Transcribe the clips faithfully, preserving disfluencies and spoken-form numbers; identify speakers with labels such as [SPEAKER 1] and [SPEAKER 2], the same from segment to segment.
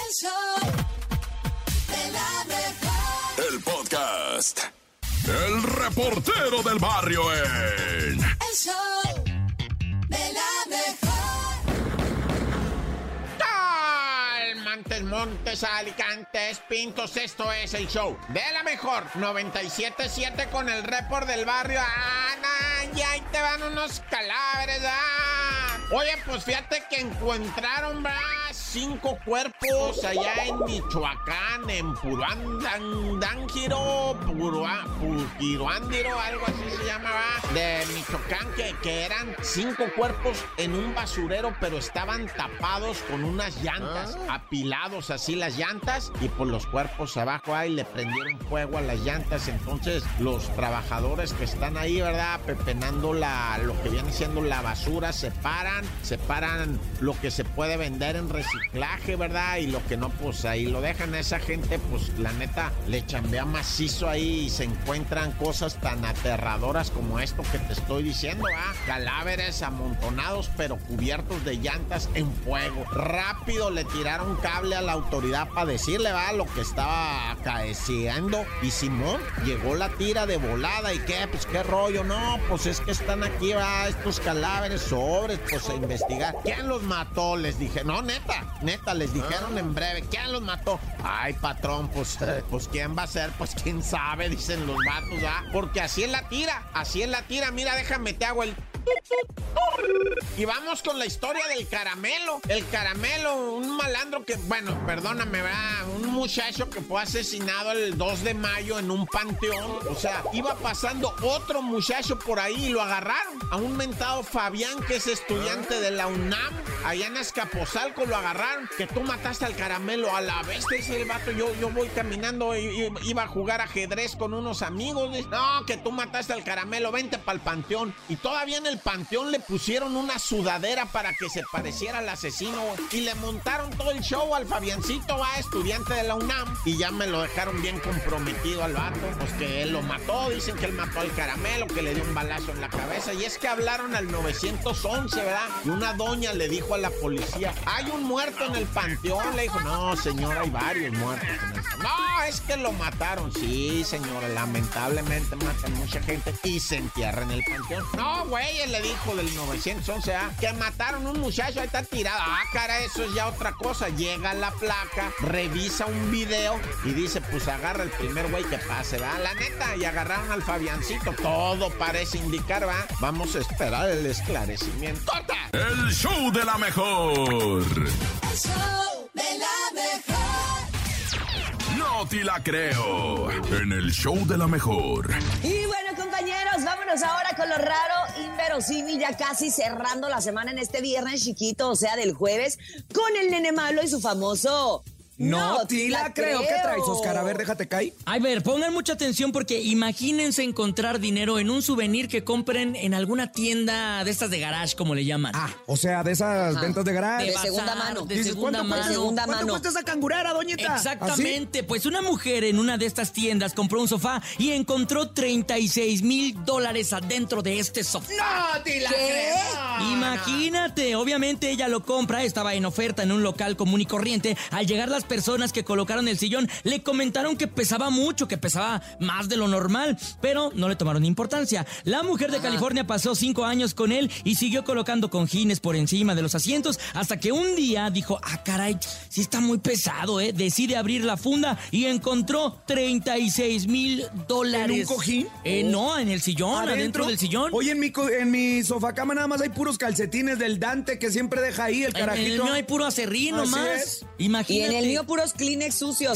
[SPEAKER 1] El show de la mejor.
[SPEAKER 2] El podcast. El reportero del barrio en...
[SPEAKER 1] El show de la mejor.
[SPEAKER 3] Montes, Montes, Alicantes, Pintos, esto es el show de la mejor noventa y siete punto siete con el report del barrio. Ah, nah, ya ahí te van unos cadáveres. Ah. Oye, pues fíjate que encontraron, ¿verdad? Cinco cuerpos allá en Michoacán, en Puruandángiro, Puruándiro, algo así se llamaba, de Michoacán, que, que eran cinco cuerpos en un basurero, pero estaban tapados con unas llantas, ¿ah? Apilados así las llantas, y por los cuerpos abajo ahí le prendieron fuego a las llantas. Entonces los trabajadores que están ahí, ¿verdad?, pepenando la, lo que viene siendo la basura, separan, separan lo que se puede vender en reciclaje, ¿verdad? Y lo que no, pues ahí lo dejan. A esa gente, pues la neta, le chambea macizo ahí y se encuentran cosas tan aterradoras como esto que te estoy diciendo, ¿ah? Cadáveres amontonados, pero cubiertos de llantas en fuego. Rápido le tiraron cable a la autoridad para decirle, va, lo que estaba acaeciendo. Y Simón, llegó la tira de volada. ¿Y qué? Pues qué rollo. No, pues es que están aquí, va, estos cadáveres, sobres, pues a investigar. ¿Quién los mató? Les dije, no, neta, neta, les dijeron en breve, ¿quién los mató? Ay, patrón, pues, pues ¿quién va a ser? Pues quién sabe, dicen los vatos, ¿ah? Porque así es la tira, así es la tira. Mira, déjame, te hago el... Y vamos con la historia del Caramelo. El Caramelo, un malandro que, bueno, perdóname, ¿verdad? Un muchacho que fue asesinado el dos de mayo en un panteón. O sea, iba pasando otro muchacho por ahí y lo agarraron. A un mentado Fabián, que es estudiante de la UNAM, allá en Azcapotzalco, lo agarraron. Que tú mataste al Caramelo. A la vez, dice el vato, yo, yo voy caminando, y, y, iba a jugar ajedrez con unos amigos. Dice, no, que tú mataste al Caramelo, vente para el panteón. Y todavía en el panteón le pusieron una sudadera para que se pareciera al asesino, y le montaron todo el show al Fabiancito, va, estudiante de la UNAM, y ya me lo dejaron bien comprometido al vato, pues que él lo mató. Dicen que él mató al Caramelo, que le dio un balazo en la cabeza. Y es que hablaron al nueve once, ¿verdad? Y una doña le dijo a la policía, hay un muerto en el panteón. Le dijo, no, señora, hay varios muertos en el panteón. No, es que lo mataron. Sí, señora, lamentablemente matan mucha gente y se entierra en el panteón. No, güey, él le dijo del nueve once, ¿ah? Que mataron un muchacho, ahí está tirado. Ah, cara, eso es ya otra cosa. Llega la placa, revisa un video y dice, pues agarra el primer güey que pase, ¿verdad? La neta, y agarraron al Fabiancito. Todo parece indicar, ¿va? Vamos a esperar el esclarecimiento. ¡Corta!
[SPEAKER 2] El show de la mejor.
[SPEAKER 1] El show de la mejor.
[SPEAKER 2] No te la creo. En el show de la mejor.
[SPEAKER 4] Y bueno, compañeros, vámonos ahora con lo raro, inverosímil, ya casi cerrando la semana en este viernes chiquito, o sea, del jueves, con el nene malo y su famoso...
[SPEAKER 5] No, te la creo. ¿Qué traes, Oscar? A ver, déjate caer.
[SPEAKER 6] A ver, pongan mucha atención porque imagínense encontrar dinero en un souvenir que compren en alguna tienda de estas de garage, como le llaman.
[SPEAKER 5] Ah, o sea, de esas
[SPEAKER 4] Ajá.
[SPEAKER 5] ventas de garage.
[SPEAKER 4] De
[SPEAKER 6] bazar,
[SPEAKER 4] segunda mano.
[SPEAKER 6] De
[SPEAKER 5] Dices,
[SPEAKER 6] segunda
[SPEAKER 5] ¿cuánto
[SPEAKER 6] mano.
[SPEAKER 5] cuesta?
[SPEAKER 4] segunda
[SPEAKER 5] ¿Cuánto
[SPEAKER 4] mano.
[SPEAKER 5] cuesta esa cangurera, doñita?
[SPEAKER 6] Exactamente, pues una mujer en una de estas tiendas compró un sofá y encontró treinta y seis mil dólares adentro de este sofá.
[SPEAKER 5] ¡No te la
[SPEAKER 4] ¿Qué?
[SPEAKER 5] creo!
[SPEAKER 6] Imagínate, obviamente ella lo compra, estaba en oferta en un local común y corriente. Al llegar las personas que colocaron el sillón, le comentaron que pesaba mucho, que pesaba más de lo normal, pero no le tomaron importancia. La mujer de
[SPEAKER 4] Ajá.
[SPEAKER 6] California pasó cinco años con él y siguió colocando cojines por encima de los asientos hasta que un día dijo, ah, caray, sí está muy pesado, ¿eh? Decide abrir la funda y encontró treinta y seis mil dólares.
[SPEAKER 5] ¿En un cojín?
[SPEAKER 6] Eh, no, en el sillón, adentro del sillón.
[SPEAKER 5] Oye, en mi, co- en mi sofacama nada más hay puros calcetines del Dante que siempre deja ahí el
[SPEAKER 6] En
[SPEAKER 5] carajito.
[SPEAKER 6] el mío hay puro acerrín
[SPEAKER 5] Así
[SPEAKER 6] nomás.
[SPEAKER 5] es.
[SPEAKER 4] Y
[SPEAKER 6] Imagínate.
[SPEAKER 4] en el mío puros Kleenex sucios.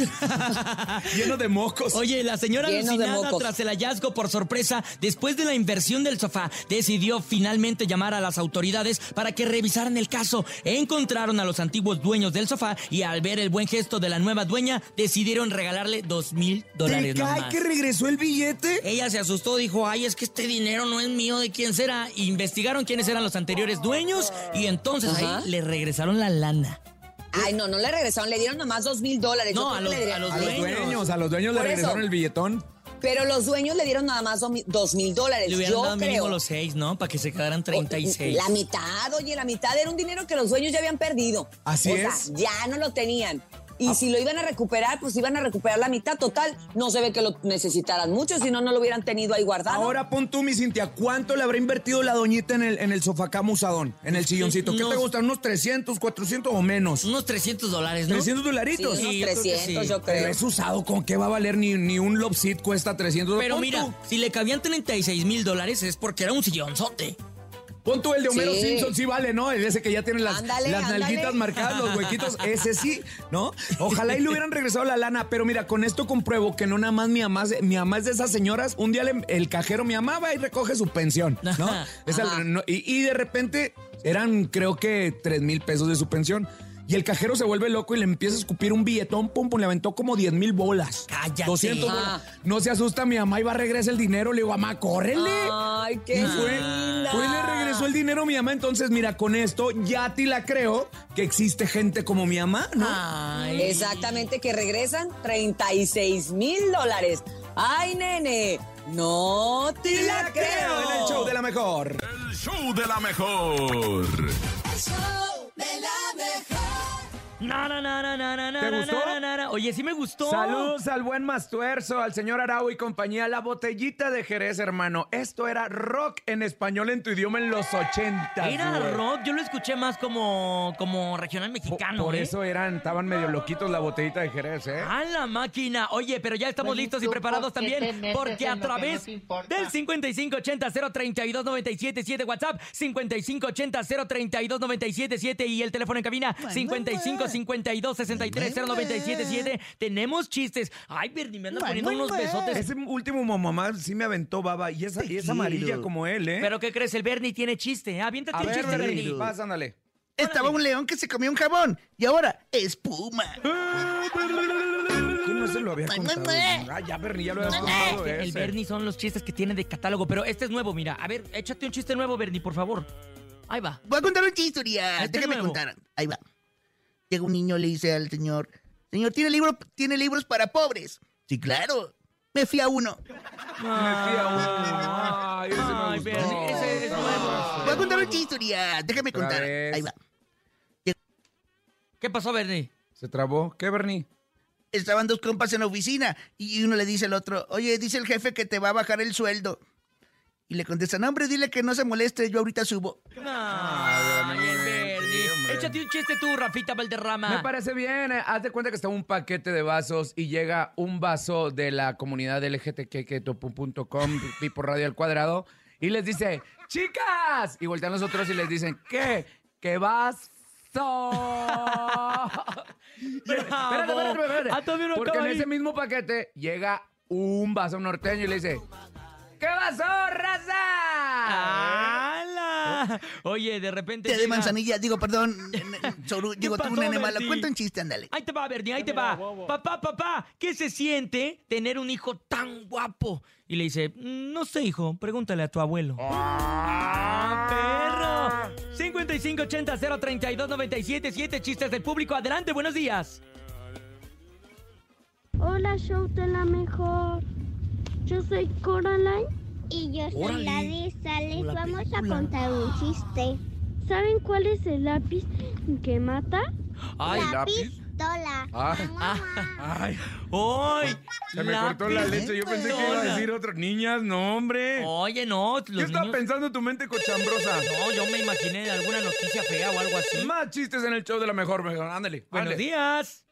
[SPEAKER 5] Lleno de mocos.
[SPEAKER 6] Oye, la señora
[SPEAKER 4] Llenos de
[SPEAKER 6] alucinada
[SPEAKER 4] mocos.
[SPEAKER 6] tras el hallazgo por sorpresa, después de la inversión del sofá, decidió finalmente llamar a las autoridades para que revisaran el caso. Encontraron a los antiguos dueños del sofá y al ver el buen gesto de la nueva dueña, decidieron regalarle dos mil
[SPEAKER 5] ¿Te
[SPEAKER 6] dólares
[SPEAKER 5] cae
[SPEAKER 6] nomás.
[SPEAKER 5] que regresó el billete?
[SPEAKER 6] Ella se asustó, dijo, ay, es que este dinero no es mío, ¿de quién será? Investigaron quiénes eran los anteriores dueños y entonces
[SPEAKER 4] Ajá.
[SPEAKER 6] ahí le regresaron la lana.
[SPEAKER 4] Ay, no, no le regresaron, le dieron nomás dos mil dólares.
[SPEAKER 6] No,
[SPEAKER 4] Yo creo
[SPEAKER 6] a
[SPEAKER 4] que
[SPEAKER 6] los-
[SPEAKER 4] le dieron-
[SPEAKER 6] a los
[SPEAKER 5] A los
[SPEAKER 6] dueños.
[SPEAKER 5] dueños, a los dueños le
[SPEAKER 4] Por eso.
[SPEAKER 5] regresaron el billetón.
[SPEAKER 4] Pero los dueños le dieron nada más dos mil dólares.
[SPEAKER 6] Le hubieran
[SPEAKER 4] Yo
[SPEAKER 6] dado mínimo
[SPEAKER 4] creo.
[SPEAKER 6] los seis, ¿no? Para que se quedaran treinta y seis.
[SPEAKER 4] La mitad, oye, la mitad era un dinero que los dueños ya habían perdido.
[SPEAKER 5] Así
[SPEAKER 4] o
[SPEAKER 5] es.
[SPEAKER 4] sea, ya no lo tenían. Y si lo iban a recuperar, pues iban a recuperar la mitad. Total, no se ve que lo necesitaran mucho, si no, no lo hubieran tenido ahí guardado.
[SPEAKER 5] Ahora pon tú, mi Cintia, ¿cuánto le habrá invertido la doñita en el, en el sofacama usadón, en el silloncito? ¿Qué
[SPEAKER 6] Unos-
[SPEAKER 5] te gustan? ¿Unos trescientos, cuatrocientos o menos?
[SPEAKER 6] Unos trescientos dólares, ¿no?
[SPEAKER 5] ¿trescientos dolaritos?
[SPEAKER 4] Sí, unos
[SPEAKER 6] Sí, yo creo que
[SPEAKER 4] trescientos,
[SPEAKER 6] sí.
[SPEAKER 4] yo
[SPEAKER 5] Pero
[SPEAKER 4] creo.
[SPEAKER 5] es usado, ¿con qué va a valer? Ni, ni un love seat cuesta trescientos.
[SPEAKER 6] Pero
[SPEAKER 5] Pon
[SPEAKER 6] mira,
[SPEAKER 5] tú,
[SPEAKER 6] si le cabían treinta y seis mil dólares es porque era un sillonzote.
[SPEAKER 5] pon tú el de Homero
[SPEAKER 4] Sí.
[SPEAKER 5] Simpson, sí vale, ¿no? Ese que ya tiene las,
[SPEAKER 4] Ándale,
[SPEAKER 5] las
[SPEAKER 4] ándale.
[SPEAKER 5] nalguitas marcadas, los huequitos, ese sí, ¿no? Ojalá y le hubieran regresado la lana, pero mira, con esto compruebo que no nada más mi mamá, mi mamá es de esas señoras, un día le- el cajero, mi mamá va y recoge su pensión, ¿no?
[SPEAKER 6] Ajá.
[SPEAKER 5] Es el-
[SPEAKER 4] Ajá.
[SPEAKER 5] no, y, y de repente eran creo que tres mil pesos de su pensión. Y el cajero se vuelve loco y le empieza a escupir un billetón, pum, pum, le aventó como diez mil bolas.
[SPEAKER 6] Cállate.
[SPEAKER 5] doscientos
[SPEAKER 4] Ah.
[SPEAKER 5] bolas. No se asusta mi mamá y va a regresar el dinero. Le digo, mamá, córrele.
[SPEAKER 4] Ay, qué
[SPEAKER 5] Y fue,
[SPEAKER 4] linda.
[SPEAKER 5] fue y le regresó el dinero a mi mamá. Entonces, mira, con esto ya a ti la creo que existe gente como mi mamá, ¿no?
[SPEAKER 6] Ay.
[SPEAKER 4] Exactamente, que regresan treinta y seis mil dólares. Ay, nene, no te
[SPEAKER 5] Y
[SPEAKER 4] la creo.
[SPEAKER 5] en el show de la mejor.
[SPEAKER 2] El show de la mejor.
[SPEAKER 1] El show de la mejor.
[SPEAKER 6] Na, na, na, na, na, na,
[SPEAKER 5] ¿Te
[SPEAKER 6] na,
[SPEAKER 5] gustó?
[SPEAKER 6] na, na, na. Oye, sí me gustó.
[SPEAKER 5] Saludos al buen Mastuerzo, al señor Arau y compañía. La botellita de Jerez, hermano. Esto era rock en español en tu idioma en los ochentas.
[SPEAKER 6] Era
[SPEAKER 5] güey.
[SPEAKER 6] rock, yo lo escuché más como, como regional
[SPEAKER 5] Por,
[SPEAKER 6] mexicano,
[SPEAKER 5] por
[SPEAKER 6] ¿eh?
[SPEAKER 5] eso eran, estaban medio loquitos la botellita de Jerez, ¿eh?
[SPEAKER 6] ¡A la máquina! Oye, pero ya estamos
[SPEAKER 7] Oye,
[SPEAKER 6] listos y
[SPEAKER 7] ¿tú
[SPEAKER 6] preparados
[SPEAKER 7] por qué te
[SPEAKER 6] también,
[SPEAKER 7] metes
[SPEAKER 6] porque
[SPEAKER 7] en
[SPEAKER 6] a
[SPEAKER 7] lo que no
[SPEAKER 6] través
[SPEAKER 7] te importa?
[SPEAKER 6] del cincuenta y cinco ochenta cero treinta y dos noventa y siete siete WhatsApp, cincuenta y cinco ochenta cero treinta y dos noventa y siete siete y el teléfono en cabina cincuenta y cinco cincuenta y dos sesenta y tres cero noventa y siete siete. Tenemos chistes. Ay, Bernie, me andan poniendo unos besotes.
[SPEAKER 5] Ese último mamá sí me aventó baba y esa, y esa amarilla como él, ¿eh?
[SPEAKER 6] ¿Pero qué crees? El Bernie tiene chiste. Aviéntate
[SPEAKER 5] a
[SPEAKER 6] un
[SPEAKER 5] ver,
[SPEAKER 6] chiste,
[SPEAKER 5] Bernie,
[SPEAKER 6] Bernie.
[SPEAKER 5] vas, ándale.
[SPEAKER 7] Estaba un león que se comió un jabón y ahora espuma.
[SPEAKER 5] ¿Quién no se lo había
[SPEAKER 7] Ay,
[SPEAKER 5] contado?
[SPEAKER 7] mamá.
[SPEAKER 5] Ah, ya, Bernie, ya lo habías
[SPEAKER 6] Es
[SPEAKER 5] contado
[SPEAKER 6] que el
[SPEAKER 5] ese.
[SPEAKER 6] Bernie son los chistes que tiene de catálogo, pero este es nuevo, mira. A ver, échate un chiste nuevo, Bernie, por favor. Ahí va.
[SPEAKER 7] Voy a contar un chiste, Uriah.
[SPEAKER 6] Este
[SPEAKER 7] Déjame
[SPEAKER 6] nuevo.
[SPEAKER 7] contar. Ahí va. Llega un niño, le dice al señor, señor, ¿tiene, libro, ¿tiene libros para pobres? Sí, claro. Me fui a uno.
[SPEAKER 5] Me fui a uno. Ay, ese me
[SPEAKER 6] Ay,
[SPEAKER 5] gustó.
[SPEAKER 6] Bernie, ese es nuevo.
[SPEAKER 7] Voy a contar un chiste, Uriah. Déjame
[SPEAKER 5] Otra
[SPEAKER 7] contar.
[SPEAKER 5] vez.
[SPEAKER 7] Ahí va.
[SPEAKER 6] ¿Qué pasó, Bernie?
[SPEAKER 5] ¿Se trabó? ¿Qué, Bernie?
[SPEAKER 7] Estaban dos compas en la oficina y uno le dice al otro, oye, dice el jefe que te va a bajar el sueldo. Y le contesta, no, hombre, dile que no se moleste, yo ahorita subo.
[SPEAKER 6] Ay, el Bernie.
[SPEAKER 5] hombre.
[SPEAKER 6] Échate un chiste tú, Rafita Valderrama.
[SPEAKER 5] Me parece bien. eh. Haz de cuenta que está un paquete de vasos y llega un vaso de la comunidad L G T Q punto com, Pipo Radio al Cuadrado, y les dice, ¡chicas! Y voltean los otros y les dicen, ¿qué? ¿Qué vaso? Espérate, espérate, espérate.
[SPEAKER 6] Ah, todavía no
[SPEAKER 5] Porque
[SPEAKER 6] acaba
[SPEAKER 5] en
[SPEAKER 6] ahí.
[SPEAKER 5] ese mismo paquete llega un vaso norteño y le dice, ¿qué vaso, raza?
[SPEAKER 6] ¡Hala! Oye, de repente.
[SPEAKER 7] Té de
[SPEAKER 6] llega-
[SPEAKER 7] manzanilla, digo, perdón, Soru, digo, tú,
[SPEAKER 6] pasó,
[SPEAKER 7] nene malo,
[SPEAKER 6] Bernie?
[SPEAKER 7] cuenta un chiste, ándale.
[SPEAKER 6] Ahí te va, Bernie, ahí te va. Papá, papá, ¿qué se siente tener un hijo tan guapo? Y le dice, "Mm, no sé, hijo, pregúntale a tu abuelo. ¡Ah, perro! cincuenta y cinco ochenta cero treinta y dos noventa y siete siete, chistes del público. Adelante, buenos días.
[SPEAKER 8] Hola, show de la mejor. Yo soy Coraline.
[SPEAKER 9] Y yo soy
[SPEAKER 6] Órale.
[SPEAKER 9] la de Sales.
[SPEAKER 6] Hola,
[SPEAKER 9] Vamos
[SPEAKER 6] película.
[SPEAKER 9] a contar un chiste.
[SPEAKER 8] ¿Saben cuál es el lápiz que mata?
[SPEAKER 6] Ay,
[SPEAKER 9] la
[SPEAKER 5] lápiz.
[SPEAKER 9] pistola.
[SPEAKER 5] Ay.
[SPEAKER 9] Mamá.
[SPEAKER 5] Ay,
[SPEAKER 6] ¡Ay!
[SPEAKER 5] se me cortó la leche. Yo pensé que iba a decir otras niñas. No, hombre.
[SPEAKER 6] Oye, no, los
[SPEAKER 5] ¿Qué está
[SPEAKER 6] niños...
[SPEAKER 5] pensando tu mente cochambrosa?
[SPEAKER 6] No, yo me imaginé alguna noticia fea o algo así.
[SPEAKER 5] Más chistes en el show de la mejor, mejor. Ándale.
[SPEAKER 6] Buenos
[SPEAKER 5] ándale.
[SPEAKER 6] días.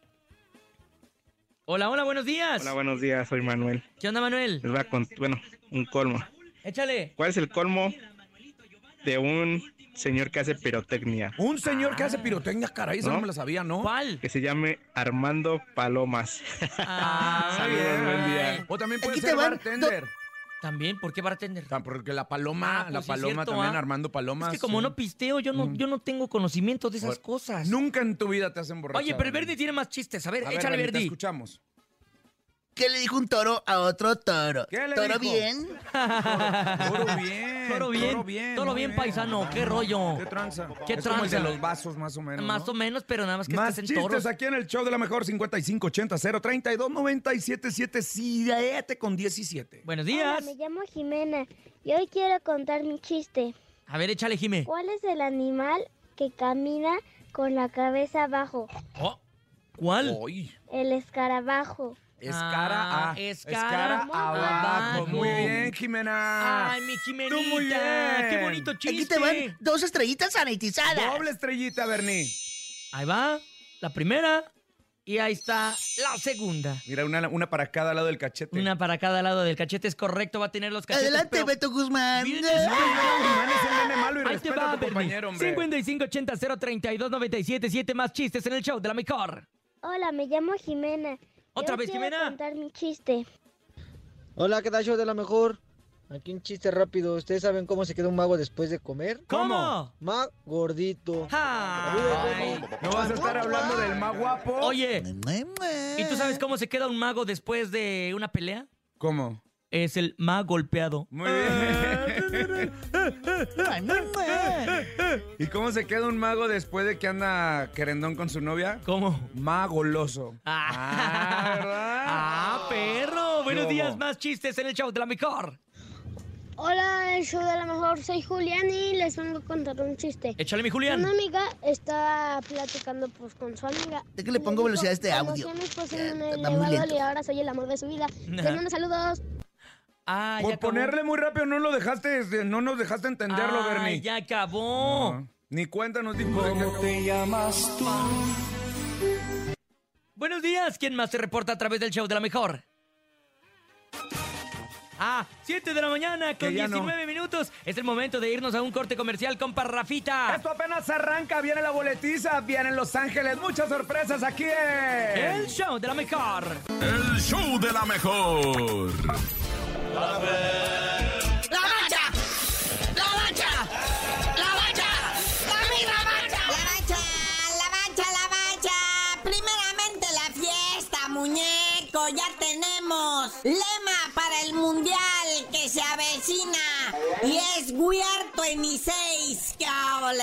[SPEAKER 6] Hola, hola, buenos días.
[SPEAKER 10] Hola, buenos días, soy Manuel.
[SPEAKER 6] ¿Qué onda, Manuel?
[SPEAKER 10] Les voy a contar, bueno, un colmo.
[SPEAKER 6] Échale.
[SPEAKER 10] ¿Cuál es el colmo de un señor que hace pirotecnia?
[SPEAKER 5] Un señor que hace pirotecnia, caray, eso no,
[SPEAKER 10] ¿No?
[SPEAKER 5] me la sabía, ¿no?
[SPEAKER 6] ¿Cuál?
[SPEAKER 10] Que se llame Armando Palomas.
[SPEAKER 6] Ah,
[SPEAKER 10] Saludos, buen día.
[SPEAKER 5] O también puede
[SPEAKER 7] Aquí te
[SPEAKER 5] ser
[SPEAKER 7] van
[SPEAKER 5] bartender.
[SPEAKER 6] También, ¿por qué bartender?
[SPEAKER 5] Ah, Porque la paloma,
[SPEAKER 6] Ah, pues
[SPEAKER 5] la
[SPEAKER 6] sí,
[SPEAKER 5] paloma
[SPEAKER 6] cierto,
[SPEAKER 5] también,
[SPEAKER 6] ¿ah?
[SPEAKER 5] Armando Palomas.
[SPEAKER 6] Es que como
[SPEAKER 5] sí.
[SPEAKER 6] no pisteo, yo no, yo no tengo conocimiento de esas
[SPEAKER 5] Bueno,
[SPEAKER 6] cosas.
[SPEAKER 5] Nunca en tu vida te hacen borrachar.
[SPEAKER 6] Oye, pero el Verdi tiene más chistes. A ver,
[SPEAKER 5] A ver,
[SPEAKER 6] échale,
[SPEAKER 5] Bernie, te
[SPEAKER 6] Verdi.
[SPEAKER 5] escuchamos.
[SPEAKER 7] ¿Qué le dijo un toro a otro toro?
[SPEAKER 5] ¿Qué le
[SPEAKER 7] ¿Toro
[SPEAKER 5] dijo?
[SPEAKER 7] bien?
[SPEAKER 5] Toro bien.
[SPEAKER 6] Toro bien,
[SPEAKER 5] Toro bien.
[SPEAKER 6] toro
[SPEAKER 5] muy
[SPEAKER 6] bien, paisano, qué rollo.
[SPEAKER 5] ¿Qué tranza?
[SPEAKER 6] ¿Qué
[SPEAKER 5] es como el de
[SPEAKER 6] tranza?
[SPEAKER 5] los vasos, más o menos.
[SPEAKER 6] Más
[SPEAKER 5] ¿no?
[SPEAKER 6] o menos, pero nada más que
[SPEAKER 5] Más
[SPEAKER 6] estés en
[SPEAKER 5] chistes
[SPEAKER 6] toros.
[SPEAKER 5] aquí en el show de la mejor cincuenta y cinco ochenta cero treinta y dos noventa y siete siete con diecisiete.
[SPEAKER 6] Buenos
[SPEAKER 8] Hola,
[SPEAKER 6] días.
[SPEAKER 8] me llamo Jimena y hoy quiero contar mi chiste.
[SPEAKER 6] A ver, échale, Jime.
[SPEAKER 8] ¿Cuál es el animal que camina con la cabeza abajo?
[SPEAKER 6] Oh, ¿Cuál?
[SPEAKER 5] Uy.
[SPEAKER 9] El escarabajo.
[SPEAKER 5] Escara
[SPEAKER 6] Ah,
[SPEAKER 5] a.
[SPEAKER 6] escara
[SPEAKER 5] abajo.
[SPEAKER 6] abajo.
[SPEAKER 5] Muy bien, Jimena.
[SPEAKER 6] Ay, mi Jimenita.
[SPEAKER 5] Tú muy bien.
[SPEAKER 6] Qué bonito chiste.
[SPEAKER 7] Aquí te van dos estrellitas sanitizadas.
[SPEAKER 5] Doble estrellita, Bernie.
[SPEAKER 6] Ahí va, la primera. Y ahí está la segunda.
[SPEAKER 5] Mira, una, una para cada lado del cachete.
[SPEAKER 6] Una para cada lado del cachete, es correcto, va a tener los cachetes.
[SPEAKER 7] Adelante,
[SPEAKER 6] pero-
[SPEAKER 7] Beto Guzmán.
[SPEAKER 6] Bien,
[SPEAKER 5] No, no, Jimena es el nene malo y
[SPEAKER 6] Ahí te
[SPEAKER 5] respeta
[SPEAKER 6] va,
[SPEAKER 5] a tu
[SPEAKER 6] Bernie.
[SPEAKER 5] compañero, hombre.
[SPEAKER 6] cincuenta y cinco ochenta cero treinta y dos noventa y siete, siete más chistes en el show de la mejor.
[SPEAKER 9] Hola, me llamo Jimena.
[SPEAKER 6] ¿Otra
[SPEAKER 9] Yo
[SPEAKER 6] vez,
[SPEAKER 9] quiero
[SPEAKER 6] Jimena?
[SPEAKER 9] contar mi chiste.
[SPEAKER 11] Hola, ¿qué tal, show de la mejor? Aquí un chiste rápido. ¿Ustedes saben cómo se queda un mago después de comer?
[SPEAKER 6] ¿Cómo?
[SPEAKER 11] Más gordito.
[SPEAKER 6] Ay.
[SPEAKER 5] ¿No vas a estar hablando del más guapo?
[SPEAKER 6] Oye, ¿y tú sabes cómo se queda un mago después de una pelea?
[SPEAKER 5] ¿Cómo?
[SPEAKER 6] Es el más golpeado.
[SPEAKER 5] Muy bien. ¿Y cómo se queda un mago después de que anda querendón con su novia?
[SPEAKER 6] ¿Cómo?
[SPEAKER 5] Magoloso.
[SPEAKER 6] Ah,
[SPEAKER 5] ¿verdad?
[SPEAKER 6] Ah, perro. Buenos
[SPEAKER 5] ¿Cómo?
[SPEAKER 6] días, más chistes en el show de la mejor.
[SPEAKER 8] Hola, el show de la mejor. Soy Julián y les vengo a contar un chiste.
[SPEAKER 6] Échale, mi Julián.
[SPEAKER 8] Una amiga está platicando pues con su amiga.
[SPEAKER 7] ¿De qué le pongo velocidad a este audio?
[SPEAKER 8] Conocí a mi esposo
[SPEAKER 7] Ya,
[SPEAKER 8] en un
[SPEAKER 7] está muy
[SPEAKER 8] elevador
[SPEAKER 7] lento.
[SPEAKER 8] y ahora soy el amor de su vida. Les
[SPEAKER 6] Ajá.
[SPEAKER 8] mando saludos.
[SPEAKER 6] Ah, ya
[SPEAKER 5] Por
[SPEAKER 6] acabó.
[SPEAKER 5] ponerle muy rápido no lo dejaste, este, no nos dejaste entenderlo,
[SPEAKER 6] Ah,
[SPEAKER 5] Bernie.
[SPEAKER 6] ya acabó.
[SPEAKER 5] No, ni cuenta nos dimos de que acabó.
[SPEAKER 2] llamas tú?
[SPEAKER 6] Buenos días. ¿Quién más se reporta a través del show de la mejor? Ah, siete de la mañana con
[SPEAKER 5] Que ya no.
[SPEAKER 6] diecinueve minutos. Es el momento de irnos a un corte comercial con Parrafita.
[SPEAKER 5] Esto apenas arranca, viene la boletiza, vienen Los Ángeles, muchas sorpresas aquí en...
[SPEAKER 6] El show de la mejor.
[SPEAKER 2] El show de la mejor.
[SPEAKER 1] ¡La bacha! ¡La bacha! ¡La bacha! ¡La misma bacha!
[SPEAKER 12] La bacha, la bacha, la bacha. Primeramente la fiesta, muñeco. Ya tenemos lema para el mundial que se avecina. Y es We Are veintiséis. ¡Qué ole!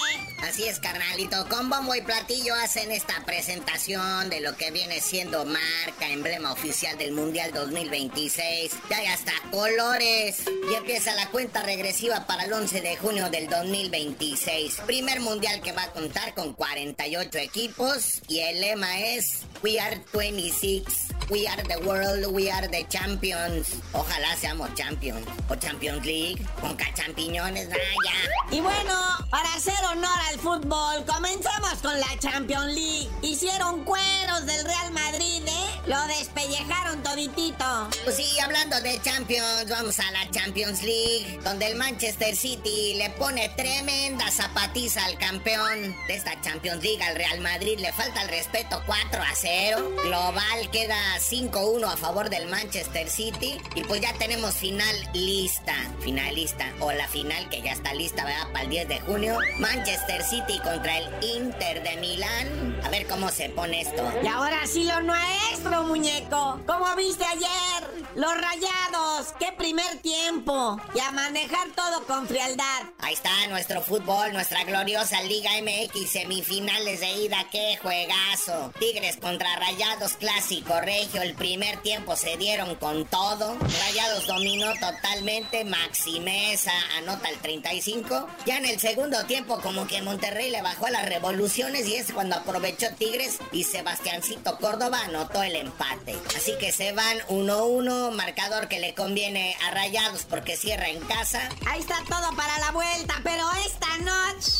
[SPEAKER 13] Así es, carnalito. Con bombo y platillo hacen esta presentación de lo que viene siendo marca, emblema oficial del Mundial dos mil veintiséis. Ya hay hasta colores. Y empieza la cuenta regresiva para el once de junio del dos mil veintiséis. Primer Mundial que va a contar con cuarenta y ocho equipos. Y el lema es We Are veintiséis. We are the world, we are the champions. Ojalá seamos champions. O Champions League. Con cachampiñones, vaya.
[SPEAKER 12] Y bueno, para hacer honor al fútbol, comenzamos con la Champions League. Hicieron cueros del Real Madrid, ¿eh? Lo despellejaron toditito.
[SPEAKER 13] Pues sí, hablando de Champions, vamos a la Champions League, donde el Manchester City le pone tremenda zapatiza al campeón de esta Champions League, al Real Madrid. Le falta el respeto, cuatro a cero. Global queda cinco uno a favor del Manchester City. Y pues ya tenemos final lista, finalista, o la final que ya está lista, ¿verdad? Para el diez de junio. Manchester City contra el Inter de Milán. A ver cómo se pone esto.
[SPEAKER 12] Y ahora sí lo nuestro, muñeco. ¿Cómo viste ayer? Los Rayados. ¡Qué primer tiempo! Y a manejar todo con frialdad.
[SPEAKER 13] Ahí está nuestro fútbol, nuestra gloriosa Liga M X, semifinales de ida, ¡qué juegazo! Tigres contra Rayados, clásico regio, el primer tiempo se dieron con todo. Rayados dominó totalmente, Maxi Meza anota el treinta y cinco. Ya en el segundo tiempo como que Monterrey le bajó a las revoluciones y es cuando aprovechó Tigres y Sebastiancito Córdoba anotó el empate. Así que se van uno uno, marcador que le conviene a Rayados porque cierra en casa.
[SPEAKER 12] Ahí está todo para la vuelta, pero esta noche...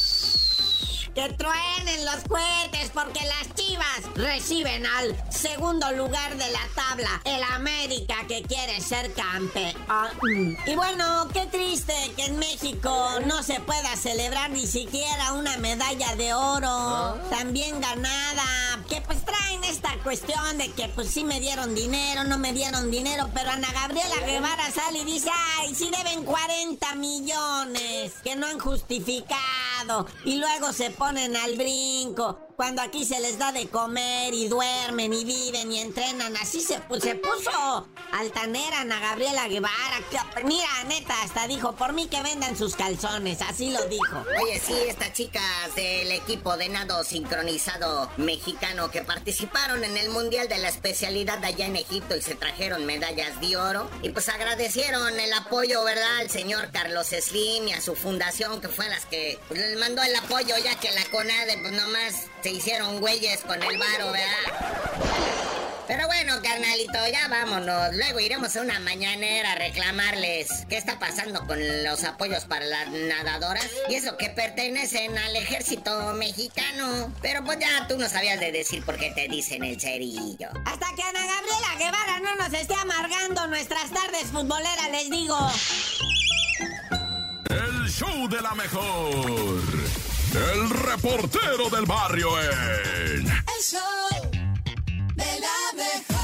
[SPEAKER 12] que truenen los cohetes porque las Chivas reciben al segundo lugar de la tabla, el América, que quiere ser campeón. Y bueno, qué triste que en México no se pueda celebrar ni siquiera una medalla de oro también ganada, que pues traen esta cuestión de que pues sí me dieron dinero, no me dieron dinero, pero Ana Gabriela Guevara sale y dice, ay, sí deben cuarenta millones que no han justificado, y luego se ponen al brinco, cuando aquí se les da de comer y duermen y viven y entrenan. Así se, pues, se puso altanera Ana Gabriela Guevara. Mira, neta, hasta dijo, por mí que vendan sus calzones, así lo dijo.
[SPEAKER 13] Oye, sí, estas chicas del equipo de nado sincronizado mexicano que participaron en el Mundial de la especialidad allá en Egipto y se trajeron medallas de oro. Y pues agradecieron el apoyo, ¿verdad?, al señor Carlos Slim y a su fundación, que fue las que pues, les mandó el apoyo, ya que la CONADE pues nomás se hicieron güeyes con el varo, ¿verdad? Pero bueno, carnalito, ya vámonos. Luego iremos a una mañanera a reclamarles qué está pasando con los apoyos para las nadadoras. Y eso que pertenecen al ejército mexicano. Pero pues ya tú no sabías de decir por qué te dicen el cerillo.
[SPEAKER 12] Hasta que Ana Gabriela Guevara no nos esté amargando nuestras tardes futboleras, les digo.
[SPEAKER 2] El show de la mejor. El reportero del barrio en...
[SPEAKER 1] El show de la mejor.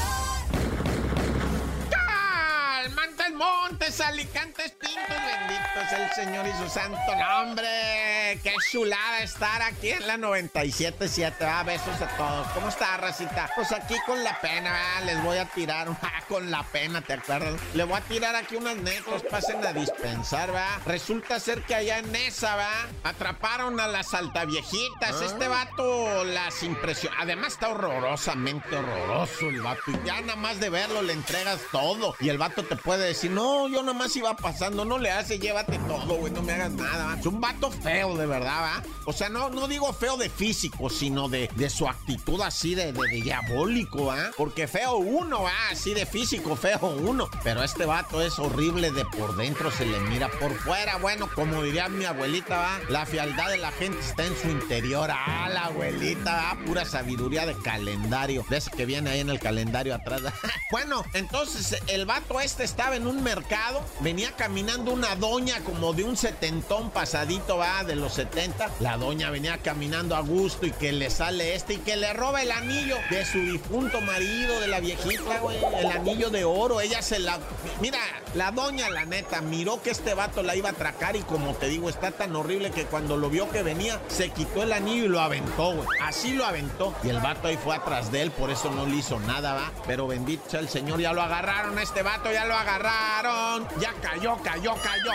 [SPEAKER 3] Montes, Montes, Alicantes, Pintos, bendito es el Señor y su santo nombre. Qué chulada estar aquí en la noventa y siete punto siete. Ah, besos a todos. ¿Cómo está, racita? Pues aquí con la pena, ¿verdad? Les voy a tirar, ah, con la pena, ¿te acuerdas? Le voy a tirar aquí unas netas, pasen a dispensar, ¿verdad? Resulta ser que allá en esa, ¿verdad? Atraparon a las altaviejitas. ¿Ah? Este vato las impresionó. Además está horrorosamente horroroso el vato. Y ya nada más de verlo le entregas todo. Y el vato te puede decir, no, yo nomás iba pasando, no le hace, llévate todo, güey, no me hagas nada, ¿va? Es un vato feo, de verdad, ¿va? O sea, no, no digo feo de físico, sino de, de su actitud así de, de, de diabólico, ¿va? Porque feo uno, ¿va? Así de físico, feo uno. Pero este vato es horrible de por dentro, se le mira por fuera. Bueno, como diría mi abuelita, ¿va? La fealdad de la gente está en su interior. Ah, la abuelita, ¿va? Pura sabiduría de calendario. De ese que viene ahí en el calendario atrás. Bueno, entonces el vato este estaba en un mercado, venía caminando una doña como de un setentón pasadito, va, de los setenta. La doña venía caminando a gusto y que le sale este y que le roba el anillo de su difunto marido, de la viejita, güey, el anillo de oro. Ella se la... Mira, la doña, la neta, miró que este vato la iba a atracar y como te digo, está tan horrible que cuando lo vio que venía, se quitó el anillo y lo aventó, güey. Así lo aventó. Y el vato ahí fue atrás de él, por eso no le hizo nada, va. Pero bendito sea el Señor, ya lo agarraron a este vato, ya lo agarraron. Ya cayó, cayó, cayó.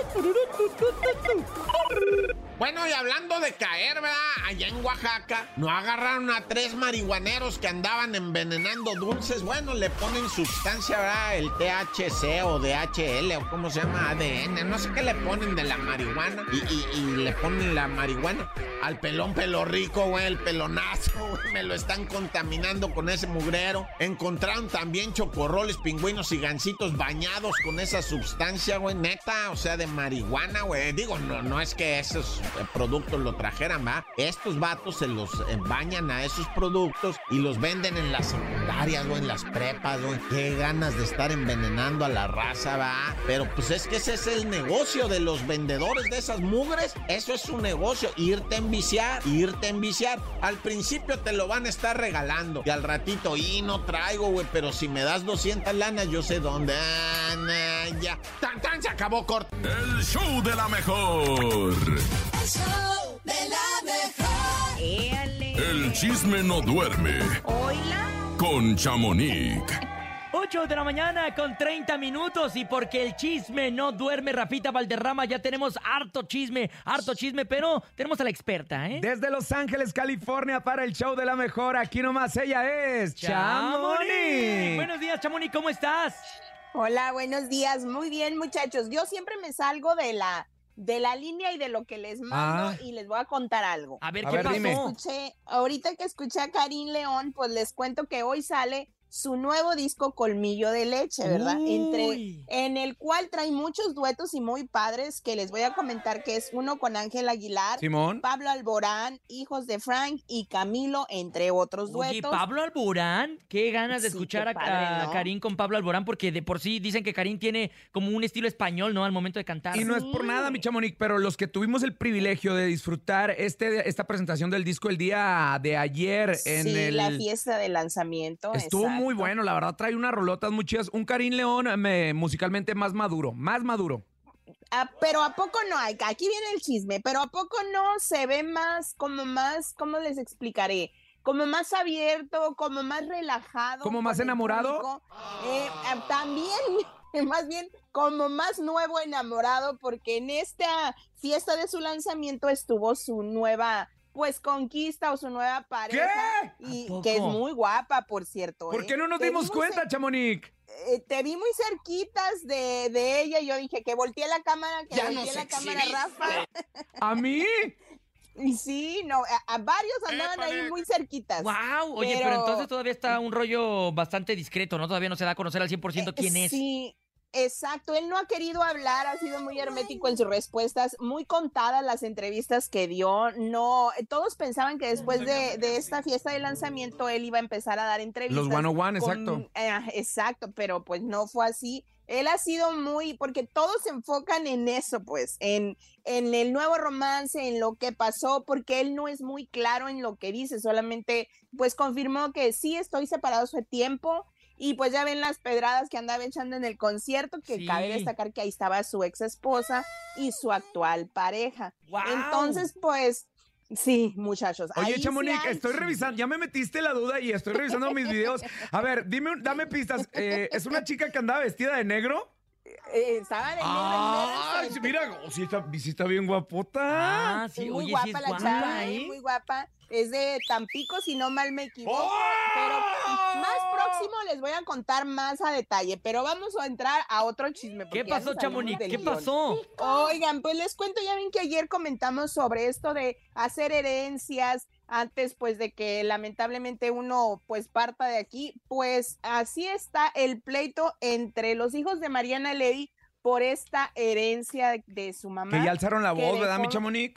[SPEAKER 3] Bueno, y hablando de caer, ¿verdad? Allá en Oaxaca, no agarraron a tres marihuaneros que andaban envenenando dulces. Bueno, le ponen sustancia, ¿verdad? El T H C o D H L o cómo se llama, A D N. No sé qué le ponen de la marihuana. Y, y, y le ponen la marihuana al pelón pelo rico, güey, el pelonazo, güey. Me lo están contaminando con ese mugrero. Encontraron también chocorroles, pingüinos y gancitos bañados con esa sustancia, güey, neta, o sea, de marihuana, güey. Digo, no, no es que esos productos lo trajeran, ¿va? Estos vatos se los eh, bañan a esos productos y los venden en las secundarias, güey, en las prepas, güey. Qué ganas de estar envenenando a la raza, ¿va? Pero pues es que ese es el negocio de los vendedores de esas mugres. Eso es su negocio, irte a enviciar, irte a enviciar. Al principio te lo van a estar regalando y al ratito, y no traigo, güey, pero si me das doscientas lanas, yo sé dónde. Ah, nah, ya. ¡Tan, tan! Se acabó corto.
[SPEAKER 2] El show de la mejor.
[SPEAKER 1] El show de la mejor.
[SPEAKER 12] Éale.
[SPEAKER 2] El chisme no duerme.
[SPEAKER 12] Oila.
[SPEAKER 2] Con Chamonix.
[SPEAKER 6] ocho de la mañana con treinta minutos y porque el chisme no duerme, Rafita Valderrama, ya tenemos harto chisme, harto chisme, pero tenemos a la experta, ¿eh?
[SPEAKER 5] Desde Los Ángeles, California, para el show de la mejor, aquí nomás ella es Chamonix.
[SPEAKER 6] Buenos días, Chamonix, ¿cómo estás?
[SPEAKER 14] Hola, buenos días. Muy bien, muchachos. Yo siempre me salgo de la de la línea y de lo que les mando
[SPEAKER 5] Ah.
[SPEAKER 14] y les voy a contar algo.
[SPEAKER 6] A ver,
[SPEAKER 5] A
[SPEAKER 6] ¿qué
[SPEAKER 5] ver,
[SPEAKER 6] pasó?
[SPEAKER 5] dime.
[SPEAKER 14] Escuché, ahorita que escuché a Karim León, pues les cuento que hoy sale su nuevo disco Colmillo de Leche, ¿verdad?
[SPEAKER 6] Uy.
[SPEAKER 14] Entre, en el cual trae muchos duetos y muy padres que les voy a comentar, que es uno con Ángel Aguilar,
[SPEAKER 5] Simón.
[SPEAKER 14] Pablo Alborán, Hijos de Frank y Camilo, entre otros
[SPEAKER 6] Oye,
[SPEAKER 14] duetos.
[SPEAKER 6] Pablo Alborán, qué ganas de
[SPEAKER 14] Sí,
[SPEAKER 6] escuchar
[SPEAKER 14] qué
[SPEAKER 6] a,
[SPEAKER 14] padre,
[SPEAKER 6] a
[SPEAKER 14] ¿no?
[SPEAKER 6] Karim con Pablo Alborán, porque de por sí dicen que Karim tiene como un estilo español, ¿no? Al momento de cantar.
[SPEAKER 5] Y no es por nada, mi Chamonix, pero los que tuvimos el privilegio de disfrutar este, esta presentación del disco el día de ayer en
[SPEAKER 14] Sí,
[SPEAKER 5] el...
[SPEAKER 14] la fiesta de lanzamiento.
[SPEAKER 5] Estuvo
[SPEAKER 14] exacto.
[SPEAKER 5] muy bueno, la verdad trae unas rolotas muy chidas. Un Karim León me, musicalmente más maduro, más maduro.
[SPEAKER 14] Ah, pero ¿a poco no hay? Aquí viene el chisme, pero ¿a poco no se ve más, como más, ¿cómo les explicaré? Como más abierto, como más relajado.
[SPEAKER 5] ¿Como más
[SPEAKER 14] con el
[SPEAKER 5] enamorado?
[SPEAKER 14] público. Eh, ah, también, más bien, como más nuevo enamorado, porque en esta fiesta de su lanzamiento estuvo su nueva, pues, conquista o su nueva pareja. Y
[SPEAKER 6] ¿A poco?
[SPEAKER 14] que es muy guapa, por cierto.
[SPEAKER 5] ¿Por
[SPEAKER 14] ¿eh?
[SPEAKER 5] qué no nos
[SPEAKER 14] Te vi
[SPEAKER 5] dimos
[SPEAKER 14] muy
[SPEAKER 5] cuenta,
[SPEAKER 14] cer-
[SPEAKER 5] Chamonix?
[SPEAKER 14] eh, te vi muy cerquitas de, de ella y yo dije que volteé la cámara, que
[SPEAKER 3] Ya
[SPEAKER 14] volteé
[SPEAKER 3] nos
[SPEAKER 14] la cámara,
[SPEAKER 3] exhibiste.
[SPEAKER 14] Rafa.
[SPEAKER 5] ¿A mí?
[SPEAKER 14] Y sí, no, a, a varios andaban ahí muy cerquitas.
[SPEAKER 6] ¡Wow! Oye, pero... pero entonces todavía está un rollo bastante discreto, ¿no? Todavía no se da a conocer al cien por ciento quién
[SPEAKER 14] eh,
[SPEAKER 6] es.
[SPEAKER 14] Sí. Exacto, él no ha querido hablar, ha sido muy hermético en sus respuestas, muy contadas las entrevistas que dio, no, todos pensaban que después de, de esta fiesta de lanzamiento él iba a empezar a dar entrevistas.
[SPEAKER 5] Los one oh one,
[SPEAKER 14] con,
[SPEAKER 5] exacto.
[SPEAKER 14] Eh, exacto, pero pues no fue así. Él ha sido muy, porque todos se enfocan en eso, pues, en, en el nuevo romance, en lo que pasó, porque él no es muy claro en lo que dice, solamente pues confirmó que sí estoy separado hace tiempo. Y pues ya ven las pedradas que andaba echando en el concierto, que
[SPEAKER 6] sí.
[SPEAKER 14] cabe destacar que ahí estaba su ex esposa y su actual pareja.
[SPEAKER 6] Wow.
[SPEAKER 14] Entonces, pues, sí, muchachos.
[SPEAKER 5] Oye,
[SPEAKER 14] ahí
[SPEAKER 5] Chamonix,
[SPEAKER 14] sí hay...
[SPEAKER 5] estoy revisando, ya me metiste la duda y estoy revisando mis videos. A ver, dime, dame pistas. Eh, ¿Es una chica que andaba vestida de negro?
[SPEAKER 14] Eh, estaba de negro.
[SPEAKER 5] Ah, sí, mira, oh, sí, está, sí está bien guapota.
[SPEAKER 6] Ah, sí,
[SPEAKER 14] muy
[SPEAKER 6] oye,
[SPEAKER 14] guapa
[SPEAKER 6] sí es
[SPEAKER 14] la
[SPEAKER 6] guapa,
[SPEAKER 14] chava,
[SPEAKER 6] ¿eh?
[SPEAKER 14] muy guapa. Es de Tampico, si no mal me equivoco. ¡Oh! Pero más próximo les voy a contar más a detalle. Pero vamos a entrar a otro chisme.
[SPEAKER 6] ¿Qué pasó, Chamonix? ¿Qué guión. pasó?
[SPEAKER 14] Oigan, pues les cuento, ya ven que ayer comentamos sobre esto de hacer herencias antes, pues, de que lamentablemente uno, pues, parta de aquí. Pues así está el pleito entre los hijos de Mariana Levy por esta herencia de su mamá.
[SPEAKER 5] Que ya alzaron la voz,
[SPEAKER 14] dejó...
[SPEAKER 5] ¿verdad, mi Chamonix?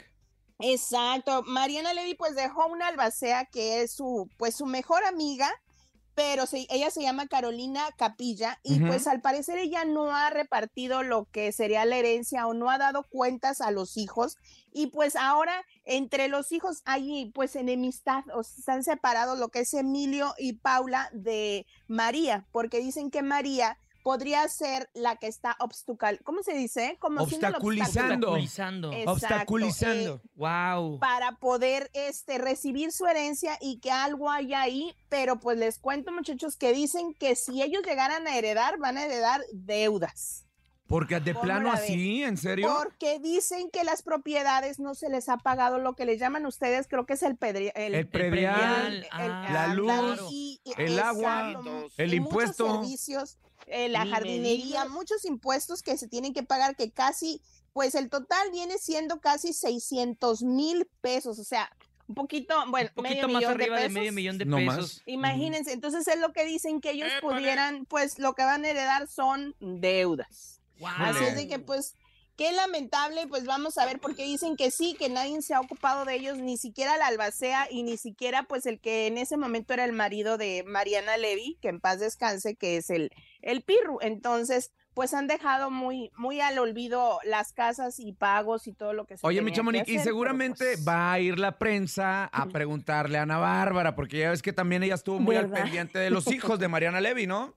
[SPEAKER 14] Exacto, Mariana Levy pues dejó una albacea que es su pues su mejor amiga, pero se, ella se llama Carolina Capilla y uh-huh. pues al parecer ella no ha repartido lo que sería la herencia o no ha dado cuentas a los hijos y pues ahora entre los hijos hay pues enemistad o se están separados lo que es Emilio y Paula de María, porque dicen que María podría ser la que está obstaculiz... ¿Cómo se dice? Como
[SPEAKER 5] obstaculizando.
[SPEAKER 6] Obstaculizando.
[SPEAKER 14] Exacto,
[SPEAKER 5] obstaculizando.
[SPEAKER 14] Eh,
[SPEAKER 6] wow.
[SPEAKER 14] Para poder este, recibir su herencia y que algo haya ahí, pero pues les cuento, muchachos, que dicen que si ellos llegaran a heredar, van a heredar deudas.
[SPEAKER 5] Porque de plano así, ¿en serio?
[SPEAKER 14] Porque dicen que las propiedades no se les ha pagado lo que les llaman ustedes, creo que es el pedri- el,
[SPEAKER 5] el predial,
[SPEAKER 14] el, el,
[SPEAKER 6] ah,
[SPEAKER 5] la luz,
[SPEAKER 14] claro. y, y,
[SPEAKER 5] el agua,
[SPEAKER 14] exacto,
[SPEAKER 5] el
[SPEAKER 14] y
[SPEAKER 5] impuesto.
[SPEAKER 14] Muchos servicios, eh, la jardinería, muchos impuestos que se tienen que pagar, que casi, pues el total viene siendo casi seiscientos mil pesos, o sea, un poquito, bueno,
[SPEAKER 6] un poquito
[SPEAKER 14] medio
[SPEAKER 6] más
[SPEAKER 14] millón
[SPEAKER 6] arriba
[SPEAKER 14] de,
[SPEAKER 6] de medio millón de
[SPEAKER 5] no
[SPEAKER 6] pesos.
[SPEAKER 5] Más.
[SPEAKER 14] Imagínense, entonces es lo que dicen que ellos pudieran, pues lo que van a heredar son deudas.
[SPEAKER 6] Wow.
[SPEAKER 14] Así es de que pues qué lamentable, pues vamos a ver, porque dicen que sí, que nadie se ha ocupado de ellos, ni siquiera la albacea y ni siquiera pues el que en ese momento era el marido de Mariana Levy, que en paz descanse, que es el, el Pirru. Entonces, pues han dejado muy, muy al olvido las casas y pagos y todo lo que se
[SPEAKER 5] Oye,
[SPEAKER 14] tenía
[SPEAKER 5] mi Chamonix,
[SPEAKER 14] que
[SPEAKER 5] y
[SPEAKER 14] hacer,
[SPEAKER 5] seguramente
[SPEAKER 14] pues...
[SPEAKER 5] va a ir la prensa a preguntarle a Ana Bárbara, porque ya ves que también ella estuvo muy
[SPEAKER 14] ¿verdad?
[SPEAKER 5] al pendiente de los hijos de Mariana Levy, ¿no?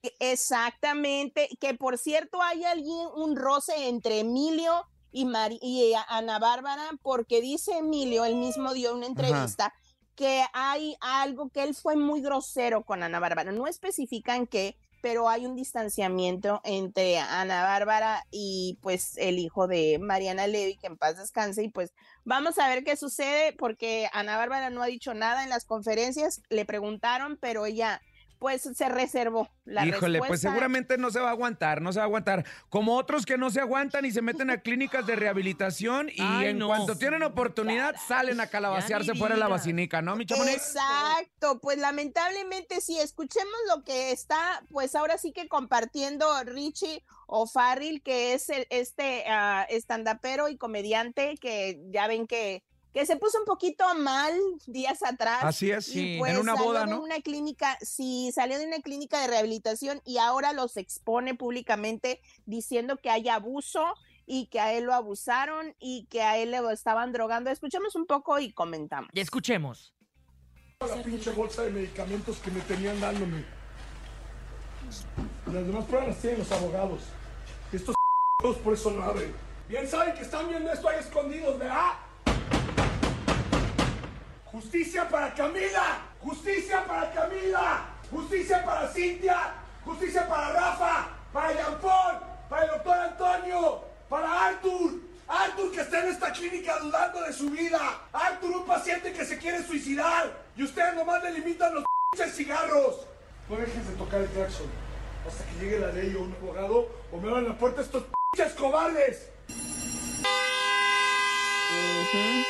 [SPEAKER 14] Exactamente, que por cierto hay alguien, un roce entre Emilio y, Mari y Ana Bárbara, porque dice Emilio, él mismo dio una entrevista, Ajá. que hay algo que él fue muy grosero con Ana Bárbara, no especifican qué, pero hay un distanciamiento entre Ana Bárbara y pues el hijo de Mariana Levy, que en paz descanse, y pues vamos a ver qué sucede, porque Ana Bárbara no ha dicho nada en las conferencias, le preguntaron, pero ella... pues se reservó la
[SPEAKER 5] Híjole,
[SPEAKER 14] respuesta.
[SPEAKER 5] pues seguramente no se va a aguantar, no se va a aguantar. Como otros que no se aguantan y se meten a clínicas de rehabilitación y
[SPEAKER 6] Ay,
[SPEAKER 5] en
[SPEAKER 6] no.
[SPEAKER 5] cuanto tienen oportunidad salen a calabacearse fuera de la vacinica, ¿no, mi Chamonix?
[SPEAKER 14] Exacto, pues lamentablemente sí, escuchemos lo que está, pues ahora sí que compartiendo Richie O'Farrill, que es el, este uh, estandapero y comediante que ya ven que que se puso un poquito mal días atrás.
[SPEAKER 5] Así es,
[SPEAKER 14] y
[SPEAKER 5] sí,
[SPEAKER 14] pues
[SPEAKER 5] en una boda,
[SPEAKER 14] salió
[SPEAKER 5] ¿no?
[SPEAKER 14] De una clínica, sí, salió de una clínica de rehabilitación y ahora los expone públicamente diciendo que hay abuso y que a él lo abusaron y que a él le estaban drogando. Escuchemos un poco y comentamos.
[SPEAKER 6] Y escuchemos.
[SPEAKER 15] La pinche bolsa de medicamentos que me tenían dándome. Las demás pruebas las tienen los abogados. Estos todos por eso no abren. Bien saben que están viendo esto ahí escondidos, ¿verdad? ¡Justicia para Camila! ¡Justicia para Camila! ¡Justicia para Cintia! ¡Justicia para Rafa! ¡Para Jean-Paul! ¡Para el doctor Antonio! ¡Para Arthur! ¡Arthur que está en esta clínica dudando de su vida! ¡Arthur, un paciente que se quiere suicidar! ¡Y ustedes nomás le limitan los p****s cigarros! No dejes de tocar el claxon hasta que llegue la ley o un abogado o me abran la puerta estos p***s cobardes.
[SPEAKER 14] Uh-huh.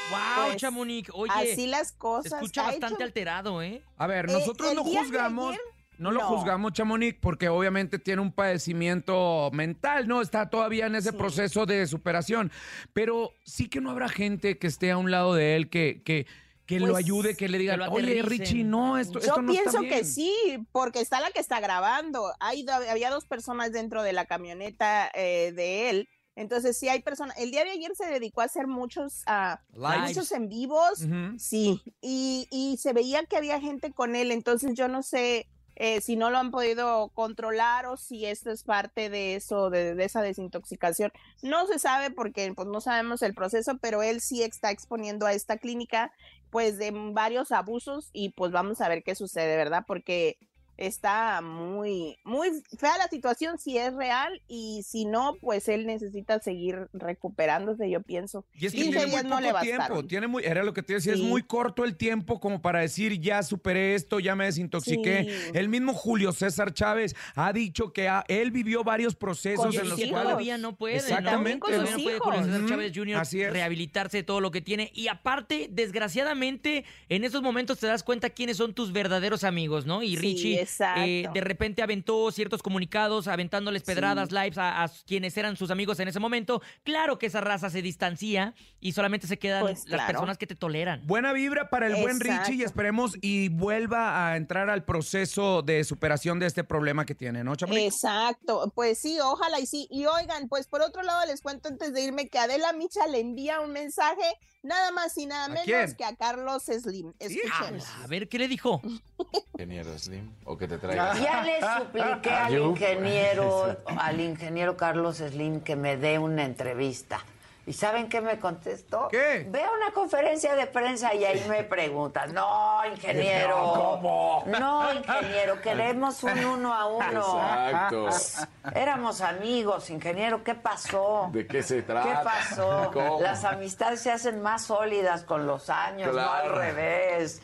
[SPEAKER 6] Wow,
[SPEAKER 14] Pues,
[SPEAKER 6] Chamonix. Oye,
[SPEAKER 14] así las
[SPEAKER 6] se
[SPEAKER 14] cosas.
[SPEAKER 6] escucha
[SPEAKER 14] Ha
[SPEAKER 6] bastante
[SPEAKER 14] hecho-
[SPEAKER 6] alterado, ¿eh?
[SPEAKER 5] A ver,
[SPEAKER 14] Eh,
[SPEAKER 5] nosotros
[SPEAKER 14] el
[SPEAKER 5] no
[SPEAKER 14] día de
[SPEAKER 5] juzgamos.
[SPEAKER 14] ayer,
[SPEAKER 5] No lo
[SPEAKER 14] no.
[SPEAKER 5] juzgamos, Chamonix, porque obviamente tiene un padecimiento mental, ¿no? Está todavía en ese
[SPEAKER 14] Sí.
[SPEAKER 5] proceso de superación. Pero sí que no habrá gente que esté a un lado de él que, que, que lo
[SPEAKER 14] Pues,
[SPEAKER 5] ayude, que le diga,
[SPEAKER 6] que lo
[SPEAKER 5] oye,
[SPEAKER 6] aterricen".
[SPEAKER 5] Richie, no, esto,
[SPEAKER 14] Yo
[SPEAKER 5] esto no
[SPEAKER 14] pienso
[SPEAKER 5] está bien.
[SPEAKER 14] que sí, porque está la que está grabando. Hay, do- había dos personas dentro de la camioneta eh, de él. Entonces sí hay personas. El día de ayer se dedicó a hacer muchos, ah,
[SPEAKER 5] Lives.
[SPEAKER 14] muchos en vivos.
[SPEAKER 5] Ujú.
[SPEAKER 14] Sí, y, y se veía que había gente con él. Entonces yo no sé eh, si no lo han podido controlar o si esto es parte de eso, de, de esa desintoxicación. No se sabe porque pues no sabemos el proceso, pero él sí está exponiendo a esta clínica pues de varios abusos y pues vamos a ver qué sucede, ¿verdad? Porque está muy, muy fea la situación si es real y si no, pues él necesita seguir recuperándose, yo pienso.
[SPEAKER 5] Y es que
[SPEAKER 14] quince
[SPEAKER 5] tiene muy
[SPEAKER 14] días no le
[SPEAKER 5] poco tiempo,
[SPEAKER 14] bastaron.
[SPEAKER 5] tiene muy, era lo que te decía, es
[SPEAKER 14] Sí.
[SPEAKER 5] muy corto el tiempo como para decir, ya superé esto, ya me desintoxiqué.
[SPEAKER 14] Sí.
[SPEAKER 5] El mismo Julio César Chávez ha dicho que ha- él vivió varios procesos
[SPEAKER 14] Con
[SPEAKER 5] en
[SPEAKER 14] sus
[SPEAKER 5] los
[SPEAKER 6] que
[SPEAKER 14] hijos.
[SPEAKER 5] cuales...
[SPEAKER 6] todavía no puede,
[SPEAKER 5] Exactamente.
[SPEAKER 6] ¿no? Todavía no puede Julio César
[SPEAKER 5] Ujú,
[SPEAKER 6] Chávez junior
[SPEAKER 5] así es.
[SPEAKER 6] rehabilitarse de todo lo que tiene. Y aparte, desgraciadamente, en esos momentos te das cuenta quiénes son tus verdaderos amigos, ¿no? Y
[SPEAKER 14] Sí,
[SPEAKER 6] Richie
[SPEAKER 14] exacto.
[SPEAKER 6] eh, de repente aventó ciertos comunicados, aventándoles pedradas,
[SPEAKER 14] Sí.
[SPEAKER 6] lives a, a quienes eran sus amigos en ese momento. Claro que esa raza se distancia y solamente se quedan
[SPEAKER 14] Pues,
[SPEAKER 6] las
[SPEAKER 14] claro.
[SPEAKER 6] personas que te toleran.
[SPEAKER 5] Buena vibra para el buen
[SPEAKER 14] Exacto.
[SPEAKER 5] Richie y esperemos y vuelva a entrar al proceso de superación de este problema que tiene, ¿no, Chamonix?
[SPEAKER 14] Exacto, pues sí, ojalá y sí. Y oigan, pues por otro lado les cuento antes de irme que Adela Micha le envía un mensaje nada más y nada
[SPEAKER 5] ¿A
[SPEAKER 14] menos
[SPEAKER 5] quién?
[SPEAKER 14] que a Carlos Slim. Escuchemos.
[SPEAKER 6] A ver, ¿qué le dijo?
[SPEAKER 16] Ingeniero Slim, o que te traiga.
[SPEAKER 17] Ya le supliqué al
[SPEAKER 16] Yo.
[SPEAKER 17] ingeniero, al ingeniero Carlos Slim que me dé una entrevista. ¿Y saben qué me contestó?
[SPEAKER 5] ¿Qué?
[SPEAKER 17] Ve a una conferencia de prensa y ahí me pregunta, no, ingeniero.
[SPEAKER 16] ¿Cómo?
[SPEAKER 17] No, ingeniero, queremos un uno a uno.
[SPEAKER 16] Exacto.
[SPEAKER 17] Éramos amigos, ingeniero, ¿qué pasó?
[SPEAKER 16] ¿De qué se
[SPEAKER 17] ¿Qué
[SPEAKER 16] trata?
[SPEAKER 17] pasó?
[SPEAKER 16] ¿Cómo?
[SPEAKER 17] Las amistades se hacen más sólidas con los años,
[SPEAKER 16] Claro.
[SPEAKER 17] no al revés.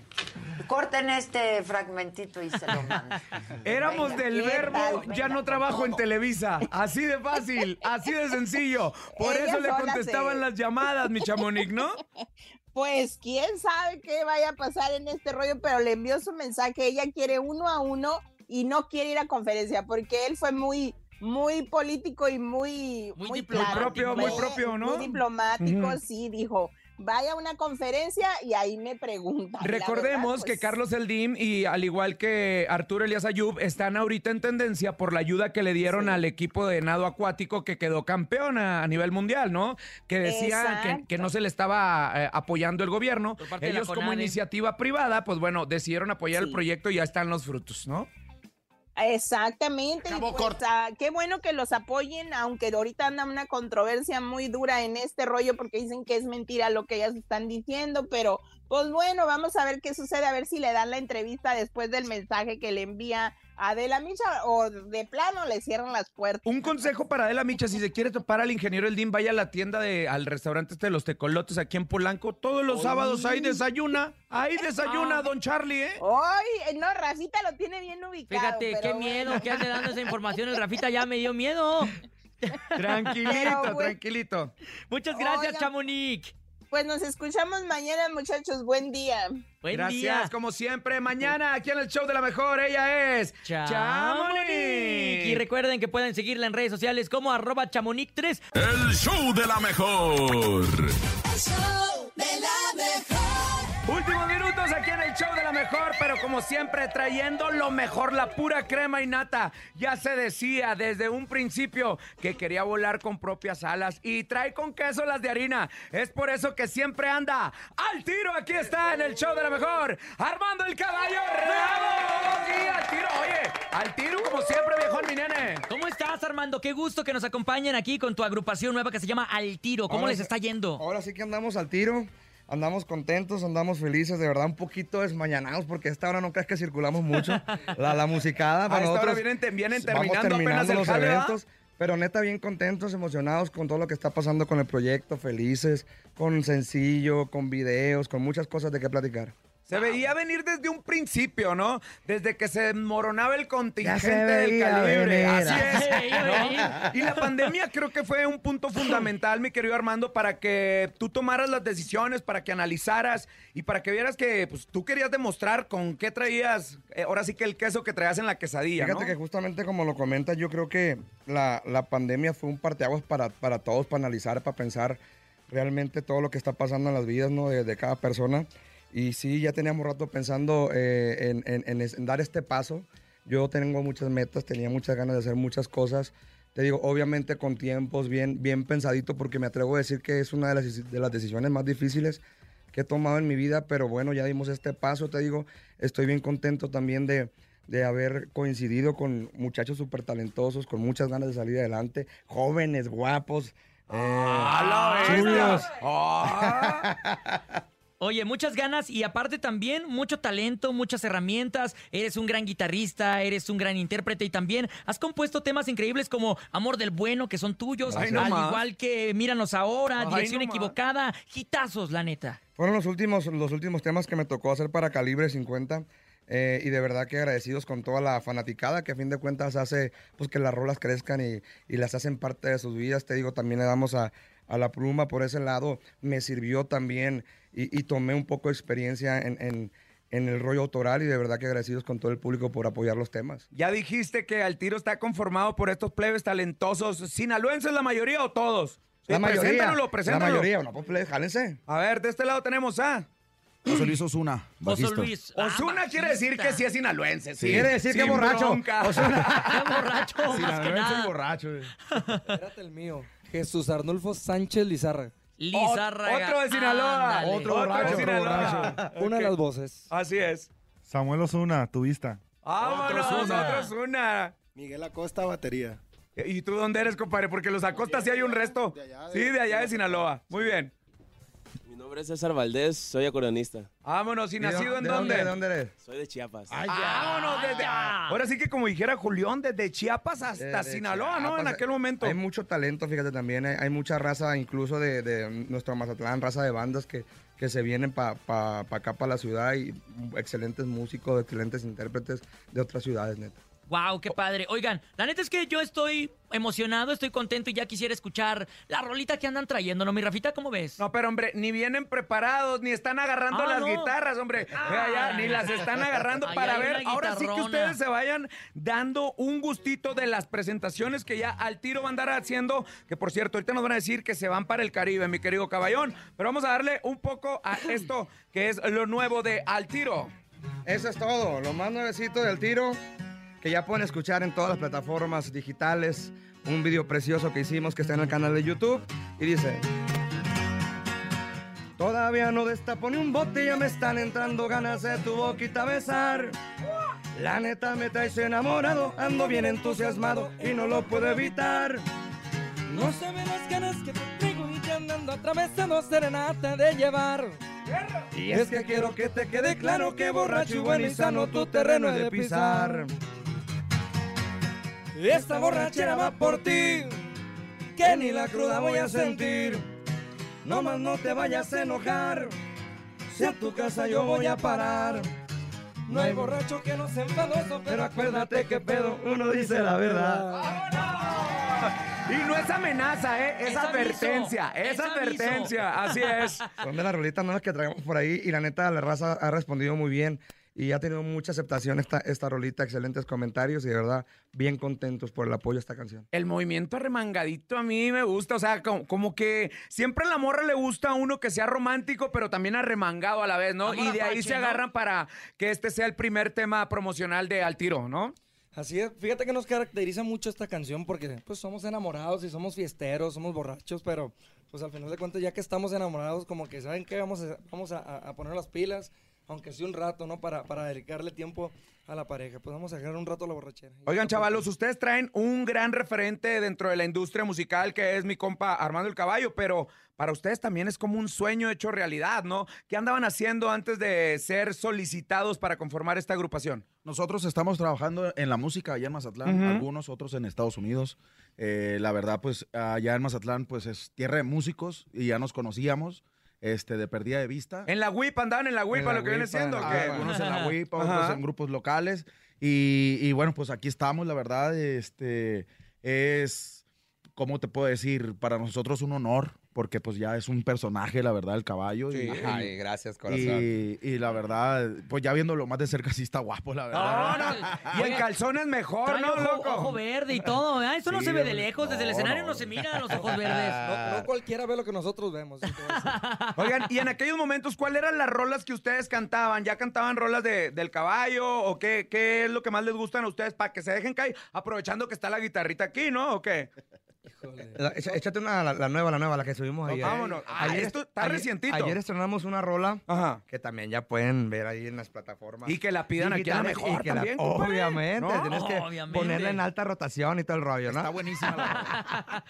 [SPEAKER 17] Corten este fragmentito y se lo mando.
[SPEAKER 5] Éramos
[SPEAKER 17] Venga,
[SPEAKER 5] del
[SPEAKER 17] ¿qué
[SPEAKER 5] verbo,
[SPEAKER 17] tal?
[SPEAKER 5] ya
[SPEAKER 17] Venga,
[SPEAKER 5] no
[SPEAKER 17] con
[SPEAKER 5] trabajo en
[SPEAKER 17] todo.
[SPEAKER 5] Televisa. Así de fácil, así de sencillo. Por
[SPEAKER 14] Ella
[SPEAKER 5] eso le
[SPEAKER 14] sola
[SPEAKER 5] contestaban
[SPEAKER 14] se-
[SPEAKER 5] las llamadas, mi Chamonix, ¿no?
[SPEAKER 14] Pues quién sabe qué vaya a pasar en este rollo, pero le envió su mensaje. Ella quiere uno a uno y no quiere ir a conferencia porque él fue muy, muy político y muy,
[SPEAKER 6] Muy
[SPEAKER 14] muy,
[SPEAKER 6] diplomático.
[SPEAKER 14] claro,
[SPEAKER 5] Muy propio, muy propio, ¿no?
[SPEAKER 14] Muy diplomático,
[SPEAKER 5] Ujú.
[SPEAKER 14] sí, dijo. Vaya a una conferencia y ahí me pregunta.
[SPEAKER 5] Recordemos que Carlos Eldim y al igual que Arturo Elías Ayub están ahorita en tendencia por la ayuda que le dieron
[SPEAKER 14] Sí.
[SPEAKER 5] al equipo de nado acuático que quedó campeón a, a nivel mundial, ¿no? Que decía que,
[SPEAKER 14] Exacto.
[SPEAKER 5] que no se le estaba eh, apoyando el gobierno.
[SPEAKER 6] Por parte de la
[SPEAKER 5] Ellos como
[SPEAKER 6] CONADE.
[SPEAKER 5] iniciativa privada, pues bueno, decidieron apoyar el
[SPEAKER 14] Sí.
[SPEAKER 5] proyecto y ya están los frutos, ¿no?
[SPEAKER 14] Exactamente, y
[SPEAKER 3] Acabó
[SPEAKER 14] pues,
[SPEAKER 3] corto.
[SPEAKER 14] ah, qué bueno que los apoyen, aunque ahorita anda una controversia muy dura en este rollo porque dicen que es mentira lo que ellas están diciendo, pero pues bueno, vamos a ver qué sucede, a ver si le dan la entrevista después del mensaje que le envía a Adela Micha o de plano le cierran las puertas.
[SPEAKER 5] Un consejo para Adela Micha, si se quiere topar al ingeniero Eldim, vaya a la tienda de, al restaurante este de los tecolotes aquí en Polanco. Todos los
[SPEAKER 14] Oy.
[SPEAKER 5] sábados ahí desayuna, ahí desayuna, don Charlie, ¿eh?
[SPEAKER 14] Ay, no, Rafita lo tiene bien ubicado.
[SPEAKER 6] Fíjate,
[SPEAKER 14] pero
[SPEAKER 6] qué
[SPEAKER 14] bueno.
[SPEAKER 6] miedo que ande dando esa información. El Rafita ya me dio miedo.
[SPEAKER 5] Tranquilito,
[SPEAKER 14] Pero, güey.
[SPEAKER 5] tranquilito.
[SPEAKER 6] Muchas gracias,
[SPEAKER 14] Oigan.
[SPEAKER 6] Chamonix.
[SPEAKER 14] Pues nos escuchamos mañana, muchachos, buen día.
[SPEAKER 6] Buen
[SPEAKER 5] Gracias,
[SPEAKER 6] día.
[SPEAKER 5] como siempre. Mañana aquí en el show de la mejor, ella es
[SPEAKER 6] Chamonix. Y recuerden que pueden seguirla en redes sociales como arroba chamonix tres.
[SPEAKER 2] El show de la mejor.
[SPEAKER 1] El show de la mejor.
[SPEAKER 5] Últimos minutos aquí en el show de la mejor, pero como siempre trayendo lo mejor, la pura crema y nata. Ya se decía desde un principio que quería volar con propias alas y trae con queso las de harina. Es por eso que siempre anda al tiro. Aquí está en el show de la mejor, Armando el Caballo Ramos. Sí, al tiro, oye, al tiro como siempre, viejón, mi nene.
[SPEAKER 6] ¿Cómo estás, Armando? Qué gusto que nos acompañen aquí con tu agrupación nueva que se llama Al Tiro. ¿Cómo
[SPEAKER 18] Ahora
[SPEAKER 6] les
[SPEAKER 18] sí-
[SPEAKER 6] está yendo?
[SPEAKER 18] Ahora sí que andamos al tiro, andamos contentos, andamos felices, de verdad un poquito desmañanados porque a esta hora no crees que circulamos mucho. La, la musicada
[SPEAKER 5] A
[SPEAKER 18] para
[SPEAKER 5] esta hora
[SPEAKER 18] nosotros.
[SPEAKER 5] vienen, te- vienen
[SPEAKER 18] vamos
[SPEAKER 5] terminando apenas
[SPEAKER 18] terminando
[SPEAKER 5] el
[SPEAKER 18] los
[SPEAKER 5] jale, ¿va?
[SPEAKER 18] eventos. Pero neta, bien contentos, emocionados con todo lo que está pasando con el proyecto, felices, con sencillo, con videos, con muchas cosas de qué platicar.
[SPEAKER 5] Se veía venir desde un principio, ¿no? Desde que se desmoronaba el contingente
[SPEAKER 18] Ya se
[SPEAKER 5] del
[SPEAKER 18] veía
[SPEAKER 5] calibre.
[SPEAKER 18] venir.
[SPEAKER 5] Así
[SPEAKER 18] Ya
[SPEAKER 5] es.
[SPEAKER 18] se veía
[SPEAKER 5] ¿no?
[SPEAKER 18] venir.
[SPEAKER 5] Y la pandemia creo que fue un punto fundamental, mi querido Armando, para que tú tomaras las decisiones, para que analizaras y para que vieras que pues, tú querías demostrar con qué traías, eh, ahora sí que el queso que traías en la quesadilla,
[SPEAKER 18] Fíjate
[SPEAKER 5] ¿no?
[SPEAKER 18] que justamente como lo comentas, yo creo que la, la pandemia fue un parteaguas para, para todos, para analizar, para pensar realmente todo lo que está pasando en las vidas, ¿no? de, de cada persona. Y sí, ya teníamos rato pensando eh, en, en, en, en dar este paso. Yo tengo muchas metas, tenía muchas ganas de hacer muchas cosas. Te digo, obviamente con tiempos bien, bien pensadito, porque me atrevo a decir que es una de las, de las decisiones más difíciles que he tomado en mi vida, pero bueno, ya dimos este paso, te digo, estoy bien contento también de, de haber coincidido con muchachos súper talentosos, con muchas ganas de salir adelante, jóvenes, guapos,
[SPEAKER 5] ¡Ah, la
[SPEAKER 18] eh, chulos.
[SPEAKER 6] Oye, muchas ganas y aparte también mucho talento, muchas herramientas. Eres un gran guitarrista, eres un gran intérprete y también has compuesto temas increíbles como Amor del Bueno, que son tuyos,
[SPEAKER 18] Ay,
[SPEAKER 6] al
[SPEAKER 18] no más.
[SPEAKER 6] igual que Míranos Ahora,
[SPEAKER 18] Ay,
[SPEAKER 6] Dirección
[SPEAKER 18] no más.
[SPEAKER 6] Equivocada, hitazos, la neta.
[SPEAKER 18] Fueron los últimos, los últimos temas que me tocó hacer para Calibre cincuenta. Eh, y de verdad que agradecidos con toda la fanaticada que a fin de cuentas hace pues, que las rolas crezcan y, y las hacen parte de sus vidas. Te digo, también le damos a, a la pluma por ese lado. Me sirvió también y, y tomé un poco de experiencia en, en, en el rollo autoral y de verdad que agradecidos con todo el público por apoyar los temas.
[SPEAKER 5] Ya dijiste que Al Tiro está conformado por estos plebes talentosos. ¿Sinaloenses la mayoría o todos?
[SPEAKER 18] La
[SPEAKER 5] Sí,
[SPEAKER 18] mayoría.
[SPEAKER 5] Preséntanoslo,
[SPEAKER 18] La
[SPEAKER 5] preséntanoslo.
[SPEAKER 18] mayoría. No, pues, plebes, jálense.
[SPEAKER 5] A ver, de este lado tenemos a...
[SPEAKER 19] José Luis Osuna,
[SPEAKER 6] José
[SPEAKER 19] bajista.
[SPEAKER 6] Luis. ah,
[SPEAKER 5] Osuna quiere decir
[SPEAKER 6] bajista.
[SPEAKER 5] que sí es sinaloense. Sí.
[SPEAKER 18] Quiere decir que
[SPEAKER 5] Sin
[SPEAKER 18] borracho.
[SPEAKER 5] bronca.
[SPEAKER 6] Qué borracho, más que
[SPEAKER 19] Sinaloense y
[SPEAKER 6] nada.
[SPEAKER 19] borracho. eh.
[SPEAKER 20] Espérate el mío. Jesús Arnulfo Sánchez Lizarra.
[SPEAKER 6] Lizárraga.
[SPEAKER 5] Otro de Sinaloa.
[SPEAKER 6] Ándale.
[SPEAKER 19] Otro borracho,
[SPEAKER 5] de
[SPEAKER 19] otro
[SPEAKER 5] Sinaloa.
[SPEAKER 20] Una de
[SPEAKER 5] Ok.
[SPEAKER 20] las voces.
[SPEAKER 5] Así es.
[SPEAKER 21] Samuel Osuna, tuvista.
[SPEAKER 5] Vámonos,
[SPEAKER 19] Otro Ozuna.
[SPEAKER 5] otro Ozuna.
[SPEAKER 19] Miguel Acosta, batería.
[SPEAKER 5] ¿Y tú dónde eres, compadre? Porque los Acosta sí hay un resto. Sí, de allá de Sinaloa. Muy bien.
[SPEAKER 22] Mi nombre es César Valdés, soy acordeonista.
[SPEAKER 5] Vámonos. ¿Y
[SPEAKER 18] ¿Y
[SPEAKER 5] nacido en
[SPEAKER 18] de
[SPEAKER 5] dónde?
[SPEAKER 18] ¿De dónde eres?
[SPEAKER 22] Soy de Chiapas.
[SPEAKER 5] Vámonos desde... Ahora sí que como dijera Julián, desde Chiapas hasta
[SPEAKER 18] De- de
[SPEAKER 5] Sinaloa, ¿no? En
[SPEAKER 18] Chiapas.
[SPEAKER 5] aquel momento.
[SPEAKER 18] Hay mucho talento, fíjate también. Hay, hay mucha raza, incluso de, de nuestro Mazatlán, raza de bandas que, que se vienen para pa, pa acá, para la ciudad. Y excelentes músicos, excelentes intérpretes de otras ciudades, neta.
[SPEAKER 6] Wow, qué padre. Oigan, la neta es que yo estoy emocionado, estoy contento y ya quisiera escuchar la rolita que andan trayendo, ¿no, mi Rafita? ¿Cómo ves?
[SPEAKER 5] No, pero hombre, ni vienen preparados, ni están agarrando
[SPEAKER 6] Ah,
[SPEAKER 5] las
[SPEAKER 6] no.
[SPEAKER 5] guitarras, hombre. Vea ya, ni las están agarrando
[SPEAKER 6] Ahí
[SPEAKER 5] para
[SPEAKER 6] hay
[SPEAKER 5] ver.
[SPEAKER 6] una
[SPEAKER 5] Ahora sí que
[SPEAKER 6] guitarrona.
[SPEAKER 5] ustedes se vayan dando un gustito de las presentaciones que ya Al Tiro va a andar haciendo. Que por cierto, ahorita nos van a decir que se van para el Caribe, mi querido Caballón. Pero vamos a darle un poco a esto que es lo nuevo de Al Tiro.
[SPEAKER 18] Eso es todo, lo más nuevecito del Tiro, que ya pueden escuchar en todas las plataformas digitales. Un video precioso que hicimos que está en el canal de YouTube. Y dice: todavía no destapo ni un bote y ya me están entrando ganas de tu boquita besar. La neta me traes enamorado, ando bien entusiasmado y no lo puedo evitar.
[SPEAKER 20] No se ven las ganas que te traigo y te andando atravesando serenata de llevar.
[SPEAKER 18] Y es que quiero que te quede claro que borracho y bueno y sano tu terreno he de pisar.
[SPEAKER 20] Esta borrachera va por ti, que ni la cruda voy a sentir.
[SPEAKER 18] No más no te vayas a enojar, si a tu casa yo voy a parar.
[SPEAKER 20] No hay borracho que no sea enfadoso,
[SPEAKER 18] Pero acuérdate que pedo uno dice la verdad.
[SPEAKER 5] Y no es amenaza, ¿eh? Es,
[SPEAKER 6] Es
[SPEAKER 5] advertencia,
[SPEAKER 6] aviso,
[SPEAKER 5] es
[SPEAKER 6] es aviso.
[SPEAKER 5] advertencia, así es.
[SPEAKER 18] Son de las rolitas nuevas que traemos por ahí y la neta la raza ha respondido muy bien y ha tenido mucha aceptación esta, esta rolita, excelentes comentarios y de verdad bien contentos por el apoyo a esta canción.
[SPEAKER 5] El movimiento arremangadito a mí me gusta, o sea, como, como que siempre a la morra le gusta a uno que sea romántico, pero también arremangado a la vez, ¿no?
[SPEAKER 6] Amor
[SPEAKER 5] Y de ahí
[SPEAKER 6] apache,
[SPEAKER 5] se
[SPEAKER 6] ¿no?
[SPEAKER 5] agarran para que este sea el primer tema promocional de Al Tiro, ¿no?
[SPEAKER 20] Así es, fíjate que nos caracteriza mucho esta canción porque pues somos enamorados y somos fiesteros, somos borrachos, pero pues al final de cuentas ya que estamos enamorados como que saben que vamos a, vamos a, a poner las pilas, aunque sea un rato, ¿no? Para, para dedicarle tiempo a la pareja, pues vamos a dejar un rato la borrachera.
[SPEAKER 5] Oigan, chavalos, ustedes traen un gran referente dentro de la industria musical que es mi compa Armando el Caballo, pero para ustedes también es como un sueño hecho realidad, ¿no? ¿Qué andaban haciendo antes de ser solicitados para conformar esta agrupación?
[SPEAKER 19] Nosotros estamos trabajando en la música allá en Mazatlán,
[SPEAKER 5] Ujú.
[SPEAKER 19] algunos otros en Estados Unidos. Eh, la verdad, pues allá en Mazatlán, pues es tierra de músicos y ya nos conocíamos. este, de pérdida de vista.
[SPEAKER 5] En la W I P, andaban en la W I P, a lo que viene siendo. ¿O qué?
[SPEAKER 19] Algunos en la W I P, otros
[SPEAKER 5] Ajá.
[SPEAKER 19] en grupos locales. Y, y bueno, pues aquí estamos, la verdad, este, es, ¿cómo te puedo decir? Para nosotros un honor, porque pues ya es un personaje, la verdad, el caballo.
[SPEAKER 4] Sí,
[SPEAKER 19] y,
[SPEAKER 4] ay, gracias, corazón.
[SPEAKER 19] Y, y la verdad, pues ya viéndolo más de cerca, sí está guapo, la verdad.
[SPEAKER 5] No, no. Y en calzones mejor,
[SPEAKER 6] Trae
[SPEAKER 5] ¿no,
[SPEAKER 6] ojo,
[SPEAKER 5] loco?
[SPEAKER 6] ojo verde y todo, ¿verdad? Eso no
[SPEAKER 19] Sí,
[SPEAKER 6] se ve de
[SPEAKER 19] hombre.
[SPEAKER 6] lejos, desde el
[SPEAKER 19] No,
[SPEAKER 6] escenario
[SPEAKER 19] no.
[SPEAKER 6] no, se miran los ojos verdes.
[SPEAKER 20] No, no cualquiera ve lo que nosotros vemos.
[SPEAKER 5] Oigan, y en aquellos momentos, ¿cuáles eran las rolas que ustedes cantaban? ¿Ya cantaban rolas de, del caballo? ¿O qué, qué es lo que más les gustan a ustedes para que se dejen caer? Aprovechando que está la guitarrita aquí, ¿no? ¿O qué?
[SPEAKER 18] La- echa- Échate una, la, la nueva, la nueva, la que subimos ayer.
[SPEAKER 5] Vámonos. Ah, esto está
[SPEAKER 18] ayer-
[SPEAKER 5] recientito.
[SPEAKER 18] Ayer estrenamos una rola
[SPEAKER 5] Ajá.
[SPEAKER 18] que también ya pueden ver ahí en las plataformas.
[SPEAKER 5] Y que la pidan aquí a la
[SPEAKER 18] digitales,
[SPEAKER 5] mejor
[SPEAKER 18] y que la-
[SPEAKER 5] también, compadre.
[SPEAKER 18] Obviamente,
[SPEAKER 5] No,
[SPEAKER 18] tienes que
[SPEAKER 6] obviamente.
[SPEAKER 18] ponerla en alta rotación y todo el rollo, ¿no?
[SPEAKER 19] Está buenísima la rola.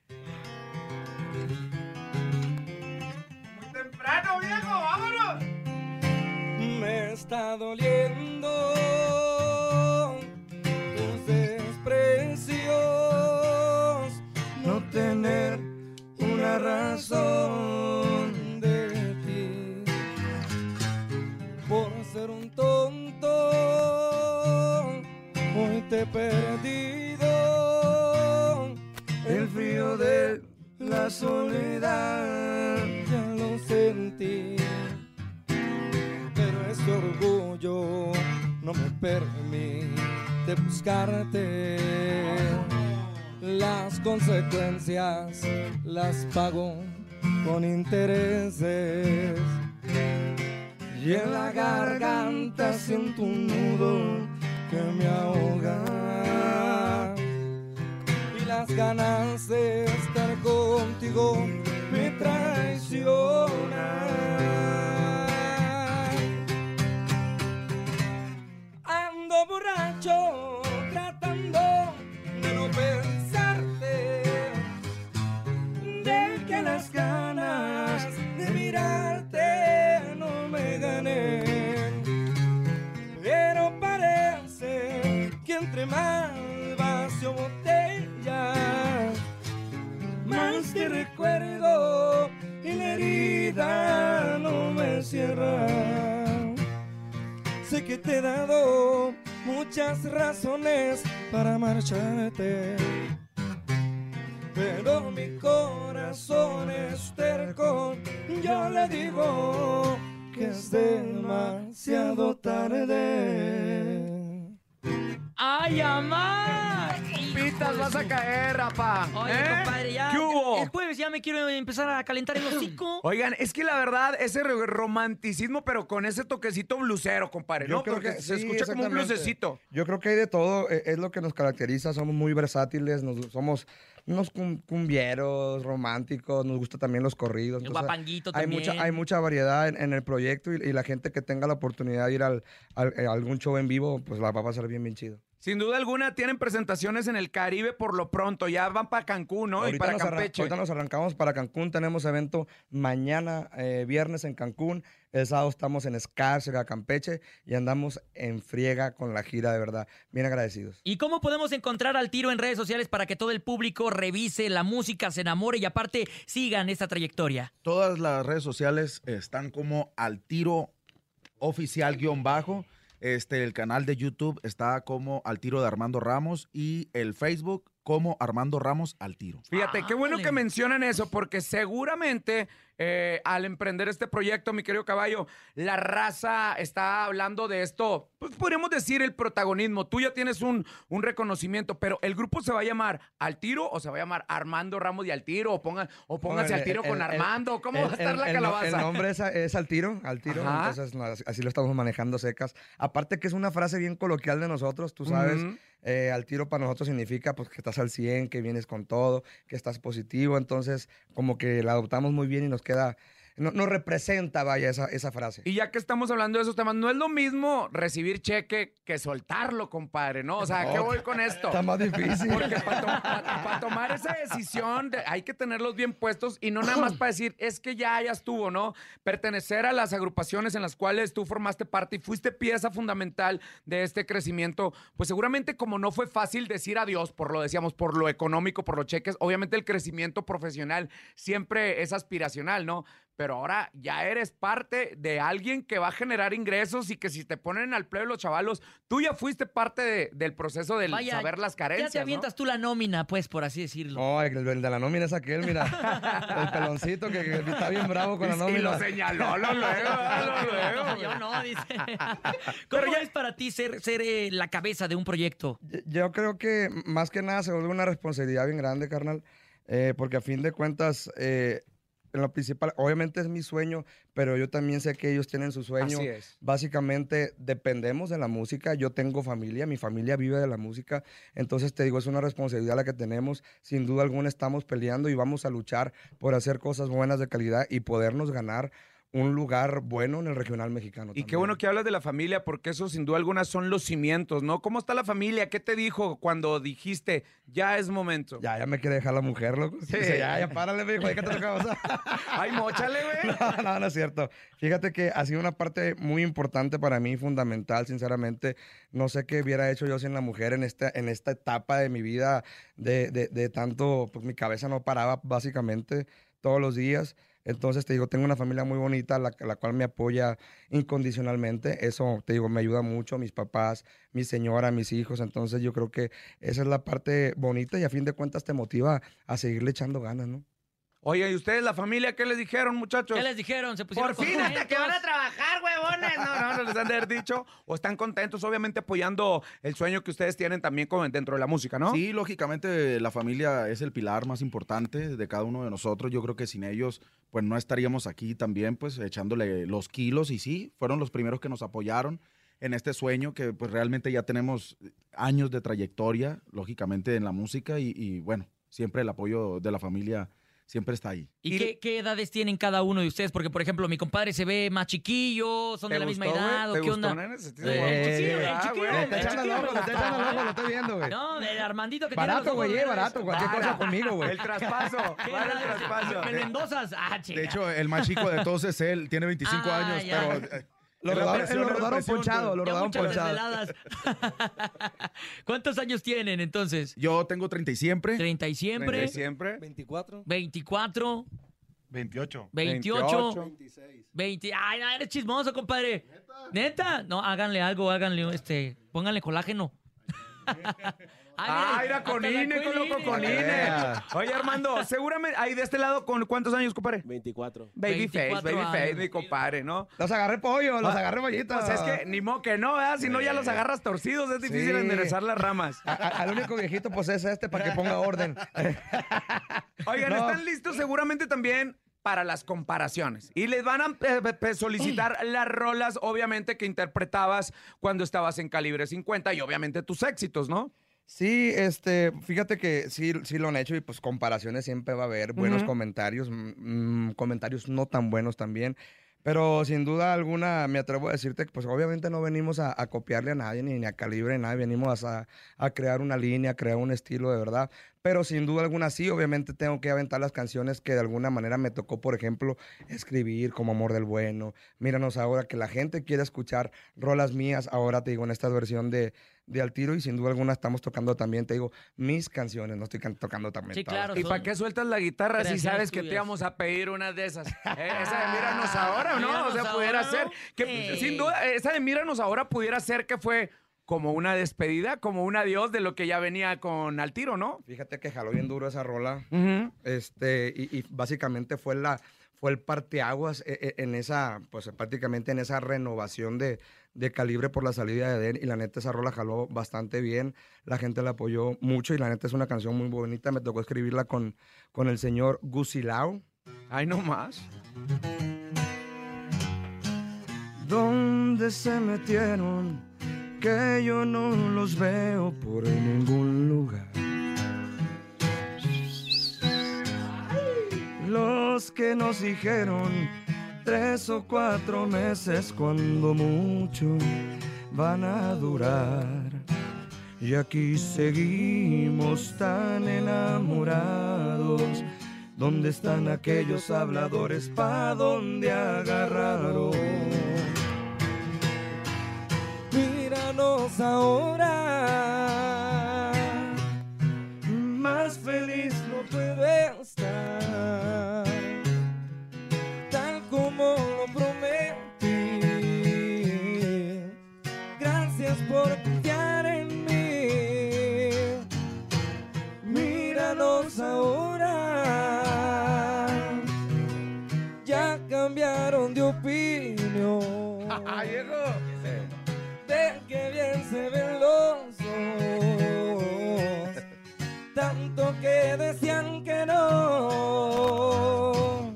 [SPEAKER 5] Muy temprano, viejo, vámonos.
[SPEAKER 20] Me está doliendo tus desprecios, no tener una razón de ti, por ser un tonto, hoy te he perdido, el frío de la soledad ya lo sentí. Pero este orgullo no me permite buscarte. Las consecuencias las pago con intereses. Y en la garganta siento un nudo que me ahoga. Y las ganas de estar contigo me traicionan. Ando borracho tratando de no pensarte, de que las ganas de mirarte no me ganen. Pero parece que entre más vacío botella, más te recuerdo y la herida no me cierra. Sé que te he dado muchas razones para marcharte, pero mi corazón es terco. Yo le digo que es demasiado tarde.
[SPEAKER 6] ¡Ay, amá!
[SPEAKER 5] Pitas, vas a caer, rapá.
[SPEAKER 6] Oye,
[SPEAKER 5] ¿Eh?
[SPEAKER 6] compadre, ya.
[SPEAKER 5] ¿Qué hubo?
[SPEAKER 6] El jueves ya me quiero empezar a calentar el hocico.
[SPEAKER 5] Oigan, es que la verdad, ese ro- romanticismo, pero con ese toquecito blusero, compadre,
[SPEAKER 18] Yo
[SPEAKER 5] ¿no?
[SPEAKER 18] creo
[SPEAKER 5] Porque
[SPEAKER 18] que
[SPEAKER 5] se
[SPEAKER 18] sí,
[SPEAKER 5] escucha como un
[SPEAKER 18] exactamente.
[SPEAKER 5] blusecito.
[SPEAKER 18] Yo creo que hay de todo, e- es lo que nos caracteriza, somos muy versátiles, nos, somos unos cum- cumbieros, románticos, nos gusta también los corridos.
[SPEAKER 6] El
[SPEAKER 18] entonces,
[SPEAKER 6] guapanguito
[SPEAKER 18] hay
[SPEAKER 6] también.
[SPEAKER 18] mucha, hay mucha variedad en, en el proyecto y, y la gente que tenga la oportunidad de ir al, al- a algún show en vivo, pues la va a pasar bien, bien chido.
[SPEAKER 5] Sin duda alguna, tienen presentaciones en el Caribe por lo pronto. Ya van para Cancún, ¿no? y
[SPEAKER 18] Ahorita
[SPEAKER 5] para
[SPEAKER 18] nos arran-
[SPEAKER 5] Campeche.
[SPEAKER 18] ahorita nos arrancamos para Cancún, tenemos evento mañana, eh, viernes en Cancún, el sábado estamos en Escárcega, Campeche, y andamos en friega con la gira, de verdad, bien agradecidos.
[SPEAKER 6] ¿Y cómo podemos encontrar al Tiro en redes sociales para que todo el público revise la música, se enamore y aparte sigan esta trayectoria?
[SPEAKER 19] Todas las redes sociales están como Al Tiro Oficial guión bajo. Este, el canal de YouTube está como Al Tiro de Armando Ramos y el Facebook como Armando Ramos Al Tiro.
[SPEAKER 5] Fíjate, qué bueno
[SPEAKER 6] Ándale.
[SPEAKER 5] que mencionan eso, porque seguramente eh, al emprender este proyecto, mi querido caballo, la raza está hablando de esto, pues podríamos decir el protagonismo. Tú ya tienes un, un reconocimiento, pero ¿el grupo se va a llamar Al Tiro o se va a llamar Armando Ramos y Al Tiro? O, pongan, o pónganse
[SPEAKER 18] Bueno,
[SPEAKER 5] al tiro
[SPEAKER 18] el-
[SPEAKER 5] con
[SPEAKER 18] el-
[SPEAKER 5] Armando. ¿Cómo
[SPEAKER 18] el-
[SPEAKER 5] va a estar
[SPEAKER 18] el-
[SPEAKER 5] la
[SPEAKER 18] el no-
[SPEAKER 5] calabaza?
[SPEAKER 18] El nombre es, es Al Tiro, Al Tiro,
[SPEAKER 5] Ajá.
[SPEAKER 18] entonces no, así- así lo estamos manejando secas. Aparte que es una frase bien coloquial de nosotros, tú sabes,
[SPEAKER 5] Ujú.
[SPEAKER 18] eh, Al Tiro para nosotros significa pues que estás al cien, que vienes con todo, que estás positivo, entonces como que la adoptamos muy bien y nos queda, no- nos representa, vaya, esa, esa frase.
[SPEAKER 5] Y ya que estamos hablando de esos temas, no es lo mismo recibir cheque que soltarlo, compadre, ¿no? O sea, ¿a qué
[SPEAKER 18] No,
[SPEAKER 5] voy con esto?
[SPEAKER 18] está más difícil.
[SPEAKER 5] Porque para tomar esa decisión de- hay que tenerlos bien puestos y no nada más para decir, es que ya, ya estuvo, ¿no? Pertenecer a las agrupaciones en las cuales tú formaste parte y fuiste pieza fundamental de este crecimiento, pues seguramente como no fue fácil decir adiós, por lo decíamos, por lo económico, por los cheques, obviamente el crecimiento profesional siempre es aspiracional, ¿no? pero ahora ya eres parte de alguien que va a generar ingresos y que si te ponen al plebe los chavalos, tú ya fuiste parte de, del proceso del
[SPEAKER 4] Vaya,
[SPEAKER 5] saber las carencias,
[SPEAKER 4] ya te avientas
[SPEAKER 5] ¿no?
[SPEAKER 4] tú la nómina, pues, por así decirlo.
[SPEAKER 18] No, el, el de la nómina es aquel, mira. El peloncito que, que está bien bravo con la nómina.
[SPEAKER 5] Y lo señaló, lo luego, lo luego.
[SPEAKER 4] Yo no, dice. ¿Cómo ya es para ti ser, ser eh, la cabeza de un proyecto?
[SPEAKER 18] Yo creo que más que nada se vuelve una responsabilidad bien grande, carnal, eh, porque a fin de cuentas, eh, en lo principal, obviamente es mi sueño, pero yo también sé que ellos tienen su sueño.
[SPEAKER 5] Así es.
[SPEAKER 18] Básicamente dependemos de la música, yo tengo familia, mi familia vive de la música, entonces te digo, es una responsabilidad la que tenemos, sin duda alguna estamos peleando y vamos a luchar por hacer cosas buenas de calidad y podernos ganar un lugar bueno en el regional mexicano.
[SPEAKER 5] Y qué bueno que hablas de la familia, porque eso sin duda alguna son los cimientos, ¿no? ¿Cómo está la familia? ¿Qué te dijo cuando dijiste, ya es momento?
[SPEAKER 18] Ya, ya me quiere dejar la mujer, loco.
[SPEAKER 5] Sí.
[SPEAKER 18] Dice, ya, ya, párale, viejo, ¿qué te tocaba?
[SPEAKER 5] Ay, móchale, güey.
[SPEAKER 18] No, no, no es cierto. Fíjate que ha sido una parte muy importante para mí, fundamental, sinceramente. No sé qué hubiera hecho yo sin la mujer en esta, en esta etapa de mi vida, de, de, de tanto, pues mi cabeza no paraba básicamente todos los días. Entonces, te digo, tengo una familia muy bonita, la, la cual me apoya incondicionalmente. Eso, te digo, me ayuda mucho, mis papás, mi señora, mis hijos. Entonces, yo creo que esa es la parte bonita y a fin de cuentas te motiva a seguirle echando ganas, ¿no?
[SPEAKER 5] Oye, ¿y ustedes, la familia, qué les dijeron, muchachos?
[SPEAKER 4] ¿Qué les dijeron? ¿Se pusieron
[SPEAKER 5] Por fin, hasta
[SPEAKER 4] contentos?
[SPEAKER 5] que van a trabajar, huevones. No, no, no les han de haber dicho. O están contentos, obviamente, apoyando el sueño que ustedes tienen también como dentro de la música, ¿no?
[SPEAKER 19] Sí, lógicamente la familia es el pilar más importante de cada uno de nosotros. Yo creo que sin ellos, pues no estaríamos aquí también, pues echándole los kilos. Y sí, fueron los primeros que nos apoyaron en este sueño que pues realmente ya tenemos años de trayectoria, lógicamente, en la música. Y, y bueno, siempre el apoyo de la familia siempre está ahí.
[SPEAKER 4] ¿Y, ¿Y qué, qué edades tienen cada uno de ustedes? Porque, por ejemplo, mi compadre se ve más chiquillo, son de la misma edad, ¿o qué onda?
[SPEAKER 18] Eh, chiquillo, el chiquillo. Le está echando el ojo, le está echando el ojo, lo estoy viendo, güey.
[SPEAKER 4] No, el Armandito que
[SPEAKER 18] barato,
[SPEAKER 4] tiene los
[SPEAKER 18] güey,
[SPEAKER 4] ojos
[SPEAKER 18] barato, cualquier cosa conmigo, güey.
[SPEAKER 5] El traspaso, para el traspaso.
[SPEAKER 4] ¿Me lo endosas? Ah, chica.
[SPEAKER 19] De hecho, el más chico de todos es él, tiene veinticinco
[SPEAKER 4] Ah,
[SPEAKER 19] años,
[SPEAKER 4] ya.
[SPEAKER 19] pero... eh,
[SPEAKER 18] Lo
[SPEAKER 19] es la
[SPEAKER 18] rodaron,
[SPEAKER 19] presión,
[SPEAKER 18] lo
[SPEAKER 19] es la
[SPEAKER 18] rodaron
[SPEAKER 19] presión,
[SPEAKER 18] ponchado, lo
[SPEAKER 4] Ya
[SPEAKER 18] rodaron
[SPEAKER 4] muchas
[SPEAKER 18] ponchado.
[SPEAKER 4] desveladas. ¿Cuántos años tienen, entonces?
[SPEAKER 19] Yo tengo treinta y siempre.
[SPEAKER 4] ¿treinta y siempre?
[SPEAKER 5] treinta y siempre.
[SPEAKER 20] veinticuatro.
[SPEAKER 4] ¿veinticuatro?
[SPEAKER 21] veintiocho.
[SPEAKER 4] ¿veintiocho?
[SPEAKER 20] veintiséis.
[SPEAKER 4] veinte. Ay, no, eres chismoso, compadre. ¿Neta? ¿Neta? No, háganle algo, háganle, este, pónganle colágeno.
[SPEAKER 5] Ah, era con INE, con loco, con INE. Oye, Armando, seguramente, ahí de este lado, ¿con cuántos años, compadre?
[SPEAKER 22] veinticuatro.
[SPEAKER 5] Babyface, babyface, mi compadre, ¿no?
[SPEAKER 18] Los agarré pollo, los
[SPEAKER 5] Ah,
[SPEAKER 18] agarré bollitos.
[SPEAKER 5] Pues es que ni modo que no, ¿verdad? Si no, ya los agarras torcidos, es difícil
[SPEAKER 18] Sí.
[SPEAKER 5] enderezar las ramas.
[SPEAKER 18] A- a- al único viejito, pues es este, para que ponga orden.
[SPEAKER 5] Oigan,
[SPEAKER 18] No.
[SPEAKER 5] están listos seguramente también para las comparaciones. Y les van a eh, eh, solicitar las rolas, obviamente, que interpretabas cuando estabas en Calibre cincuenta y obviamente tus éxitos, ¿no?
[SPEAKER 18] Sí, este, fíjate que sí, sí lo han hecho y pues comparaciones siempre va a haber, buenos
[SPEAKER 5] Ujú.
[SPEAKER 18] comentarios, mm, mm, comentarios no tan buenos también, pero sin duda alguna me atrevo a decirte que pues obviamente no venimos a, a copiarle a nadie ni, ni a Calibre, ni a nadie, venimos a, a crear una línea, a crear un estilo de verdad, pero sin duda alguna sí, obviamente tengo que aventar las canciones que de alguna manera me tocó, por ejemplo, escribir como Amor del Bueno, Míranos Ahora, que la gente quiere escuchar rolas mías, ahora te digo en esta versión de, de Al Tiro y sin duda alguna estamos tocando también, te digo, mis canciones, no estoy can- tocando también
[SPEAKER 4] Sí,
[SPEAKER 18] todas.
[SPEAKER 4] claro.
[SPEAKER 5] ¿Y para qué sueltas la guitarra si
[SPEAKER 4] Creaciones
[SPEAKER 5] sabes que te
[SPEAKER 4] tuyas.
[SPEAKER 5] íbamos a pedir unas de esas? Eh, esa de Míranos Ahora, ¿o no?
[SPEAKER 4] Míranos
[SPEAKER 5] O sea, pudiera
[SPEAKER 4] Ahora,
[SPEAKER 5] ser.
[SPEAKER 4] ¿no?
[SPEAKER 5] Que,
[SPEAKER 4] Sí.
[SPEAKER 5] Sin duda, esa de Míranos Ahora pudiera ser que fue como una despedida, como un adiós de lo que ya venía con Al Tiro, ¿no?
[SPEAKER 18] Fíjate que jaló bien duro esa rola.
[SPEAKER 5] Ujú.
[SPEAKER 18] Este, y, y básicamente fue la, fue el parteaguas e- e- en esa, pues prácticamente en esa renovación de, de Calibre por la salida de Den. Y la neta, esa rola jaló bastante bien. La gente la apoyó mucho y la neta es una canción muy bonita. Me tocó escribirla con, con el señor Gusilao.
[SPEAKER 5] Ay, no más.
[SPEAKER 18] ¿Dónde se metieron? Que yo no los veo por ningún lugar. Los que nos dijeron tres o cuatro meses cuando mucho van a durar. Y aquí seguimos tan enamorados. ¿Dónde están aquellos habladores? ¿Pa' dónde agarraron?
[SPEAKER 20] Míranos ahora.
[SPEAKER 18] Más feliz
[SPEAKER 20] No puedo estar. Tan por confiar en mí. Míralos ahora, ya cambiaron de opinión. De que bien se ven los ojos, tanto que decían que no.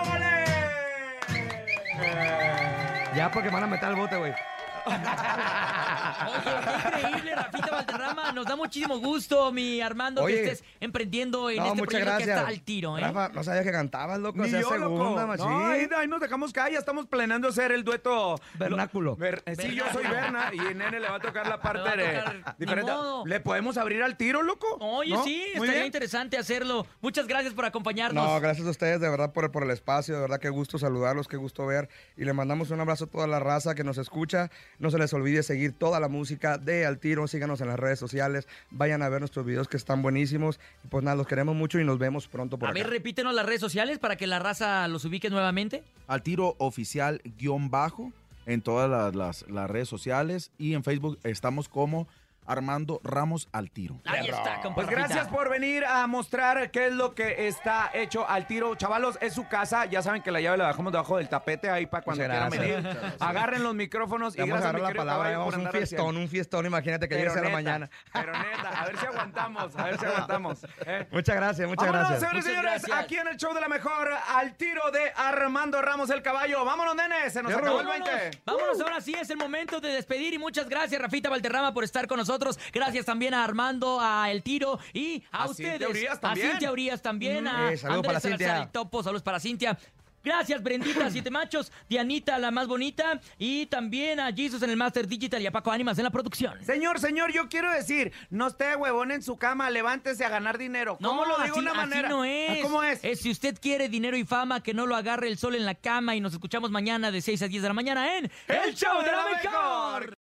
[SPEAKER 5] Ya porque me van a meter al bote, güey.
[SPEAKER 4] Oye, qué increíble, Rafita Valderrama. Nos da muchísimo gusto, mi Armando,
[SPEAKER 18] Oye,
[SPEAKER 4] que estés emprendiendo en
[SPEAKER 18] no,
[SPEAKER 4] este
[SPEAKER 18] muchas
[SPEAKER 4] proyecto
[SPEAKER 18] gracias.
[SPEAKER 4] que está al tiro, ¿eh?
[SPEAKER 18] Rafa, no sabía que cantabas, loco.
[SPEAKER 5] Ni
[SPEAKER 18] Hacía
[SPEAKER 5] yo, loco.
[SPEAKER 18] segunda,
[SPEAKER 5] No,
[SPEAKER 18] machín.
[SPEAKER 5] ahí, ahí nos dejamos caer. Ya estamos planeando hacer el dueto
[SPEAKER 18] Vernáculo.
[SPEAKER 5] Ver- eh, sí, yo soy Berna y Nene le va a tocar la parte
[SPEAKER 4] va a
[SPEAKER 5] de
[SPEAKER 4] tocar, ni
[SPEAKER 5] diferente.
[SPEAKER 4] modo.
[SPEAKER 5] ¿Le podemos abrir al tiro, loco?
[SPEAKER 4] Oye,
[SPEAKER 5] ¿No?
[SPEAKER 4] sí,
[SPEAKER 5] Muy
[SPEAKER 4] estaría
[SPEAKER 5] bien.
[SPEAKER 4] interesante hacerlo. Muchas gracias por acompañarnos.
[SPEAKER 18] No, gracias a ustedes, de verdad, por, por el espacio. De verdad, qué gusto saludarlos, qué gusto ver. Y le mandamos un abrazo a toda la raza que nos escucha. No se les olvide seguir toda la música de Al Tiro. Síganos en las redes sociales. Vayan a ver nuestros videos que están buenísimos. Y pues nada, los queremos mucho y nos vemos pronto por
[SPEAKER 4] A
[SPEAKER 18] acá.
[SPEAKER 4] ver, repítenos las redes sociales para que la raza los ubique nuevamente.
[SPEAKER 19] Al Tiro Oficial guión bajo en todas las, las- las redes sociales y en Facebook estamos como Armando Ramos Al Tiro.
[SPEAKER 4] Ahí está, compa
[SPEAKER 5] Pues
[SPEAKER 4] Rafita.
[SPEAKER 5] gracias por venir a mostrar qué es lo que está hecho al tiro. Chavalos, es su casa. Ya saben que la llave la dejamos debajo del tapete ahí para cuando
[SPEAKER 18] Muchas
[SPEAKER 5] quieran
[SPEAKER 18] gracias.
[SPEAKER 5] venir.
[SPEAKER 18] Muchas gracias.
[SPEAKER 5] Agarren los micrófonos y
[SPEAKER 18] Vamos a
[SPEAKER 5] gracias a mi
[SPEAKER 18] agarrar la
[SPEAKER 5] querido
[SPEAKER 18] palabra.
[SPEAKER 5] caballo
[SPEAKER 18] Vamos
[SPEAKER 5] por
[SPEAKER 18] un
[SPEAKER 5] andar al
[SPEAKER 18] fiestón,
[SPEAKER 5] cien.
[SPEAKER 18] un fiestón. Imagínate que llegues a la
[SPEAKER 5] neta,
[SPEAKER 18] mañana.
[SPEAKER 5] Pero neta, a ver si aguantamos, a ver si aguantamos. ¿eh?
[SPEAKER 18] Muchas gracias, muchas
[SPEAKER 5] Vámonos,
[SPEAKER 18] gracias.
[SPEAKER 5] señores y
[SPEAKER 4] Muchas
[SPEAKER 5] señores,
[SPEAKER 4] gracias.
[SPEAKER 5] aquí en el show de la mejor, al tiro de Armando Ramos el Caballo. Vámonos, nene, se nos acabó el
[SPEAKER 4] Vámonos,
[SPEAKER 5] veinte.
[SPEAKER 4] vámonos, ahora sí es el momento de despedir y muchas gracias, Rafita Valderrama, por estar con nosotros. Gracias también a Armando, a El Tiro y a,
[SPEAKER 5] A
[SPEAKER 4] ustedes.
[SPEAKER 5] Cintia Urias también.
[SPEAKER 4] A Cintia Urias también,
[SPEAKER 18] Mm,
[SPEAKER 4] a
[SPEAKER 18] eh, saludos
[SPEAKER 4] Andrés
[SPEAKER 18] para
[SPEAKER 4] Salazar
[SPEAKER 18] Cintia.
[SPEAKER 4] y Topo, saludos para Cintia. Gracias, Brendita, Siete Machos, Dianita, la más bonita, y también a Jesus en el Master Digital y a Paco Ánimas en la producción.
[SPEAKER 5] Señor, señor, yo quiero decir, no esté huevón en su cama, levántese a ganar dinero. ¿Cómo lo digo de
[SPEAKER 4] así,
[SPEAKER 5] una manera?
[SPEAKER 4] así no
[SPEAKER 5] Ah,
[SPEAKER 4] es.
[SPEAKER 5] ¿Cómo es?
[SPEAKER 4] Si usted quiere dinero y fama, que no lo agarre el sol en la cama y nos escuchamos mañana de seis a diez de la mañana en
[SPEAKER 5] El Show de la Mejor.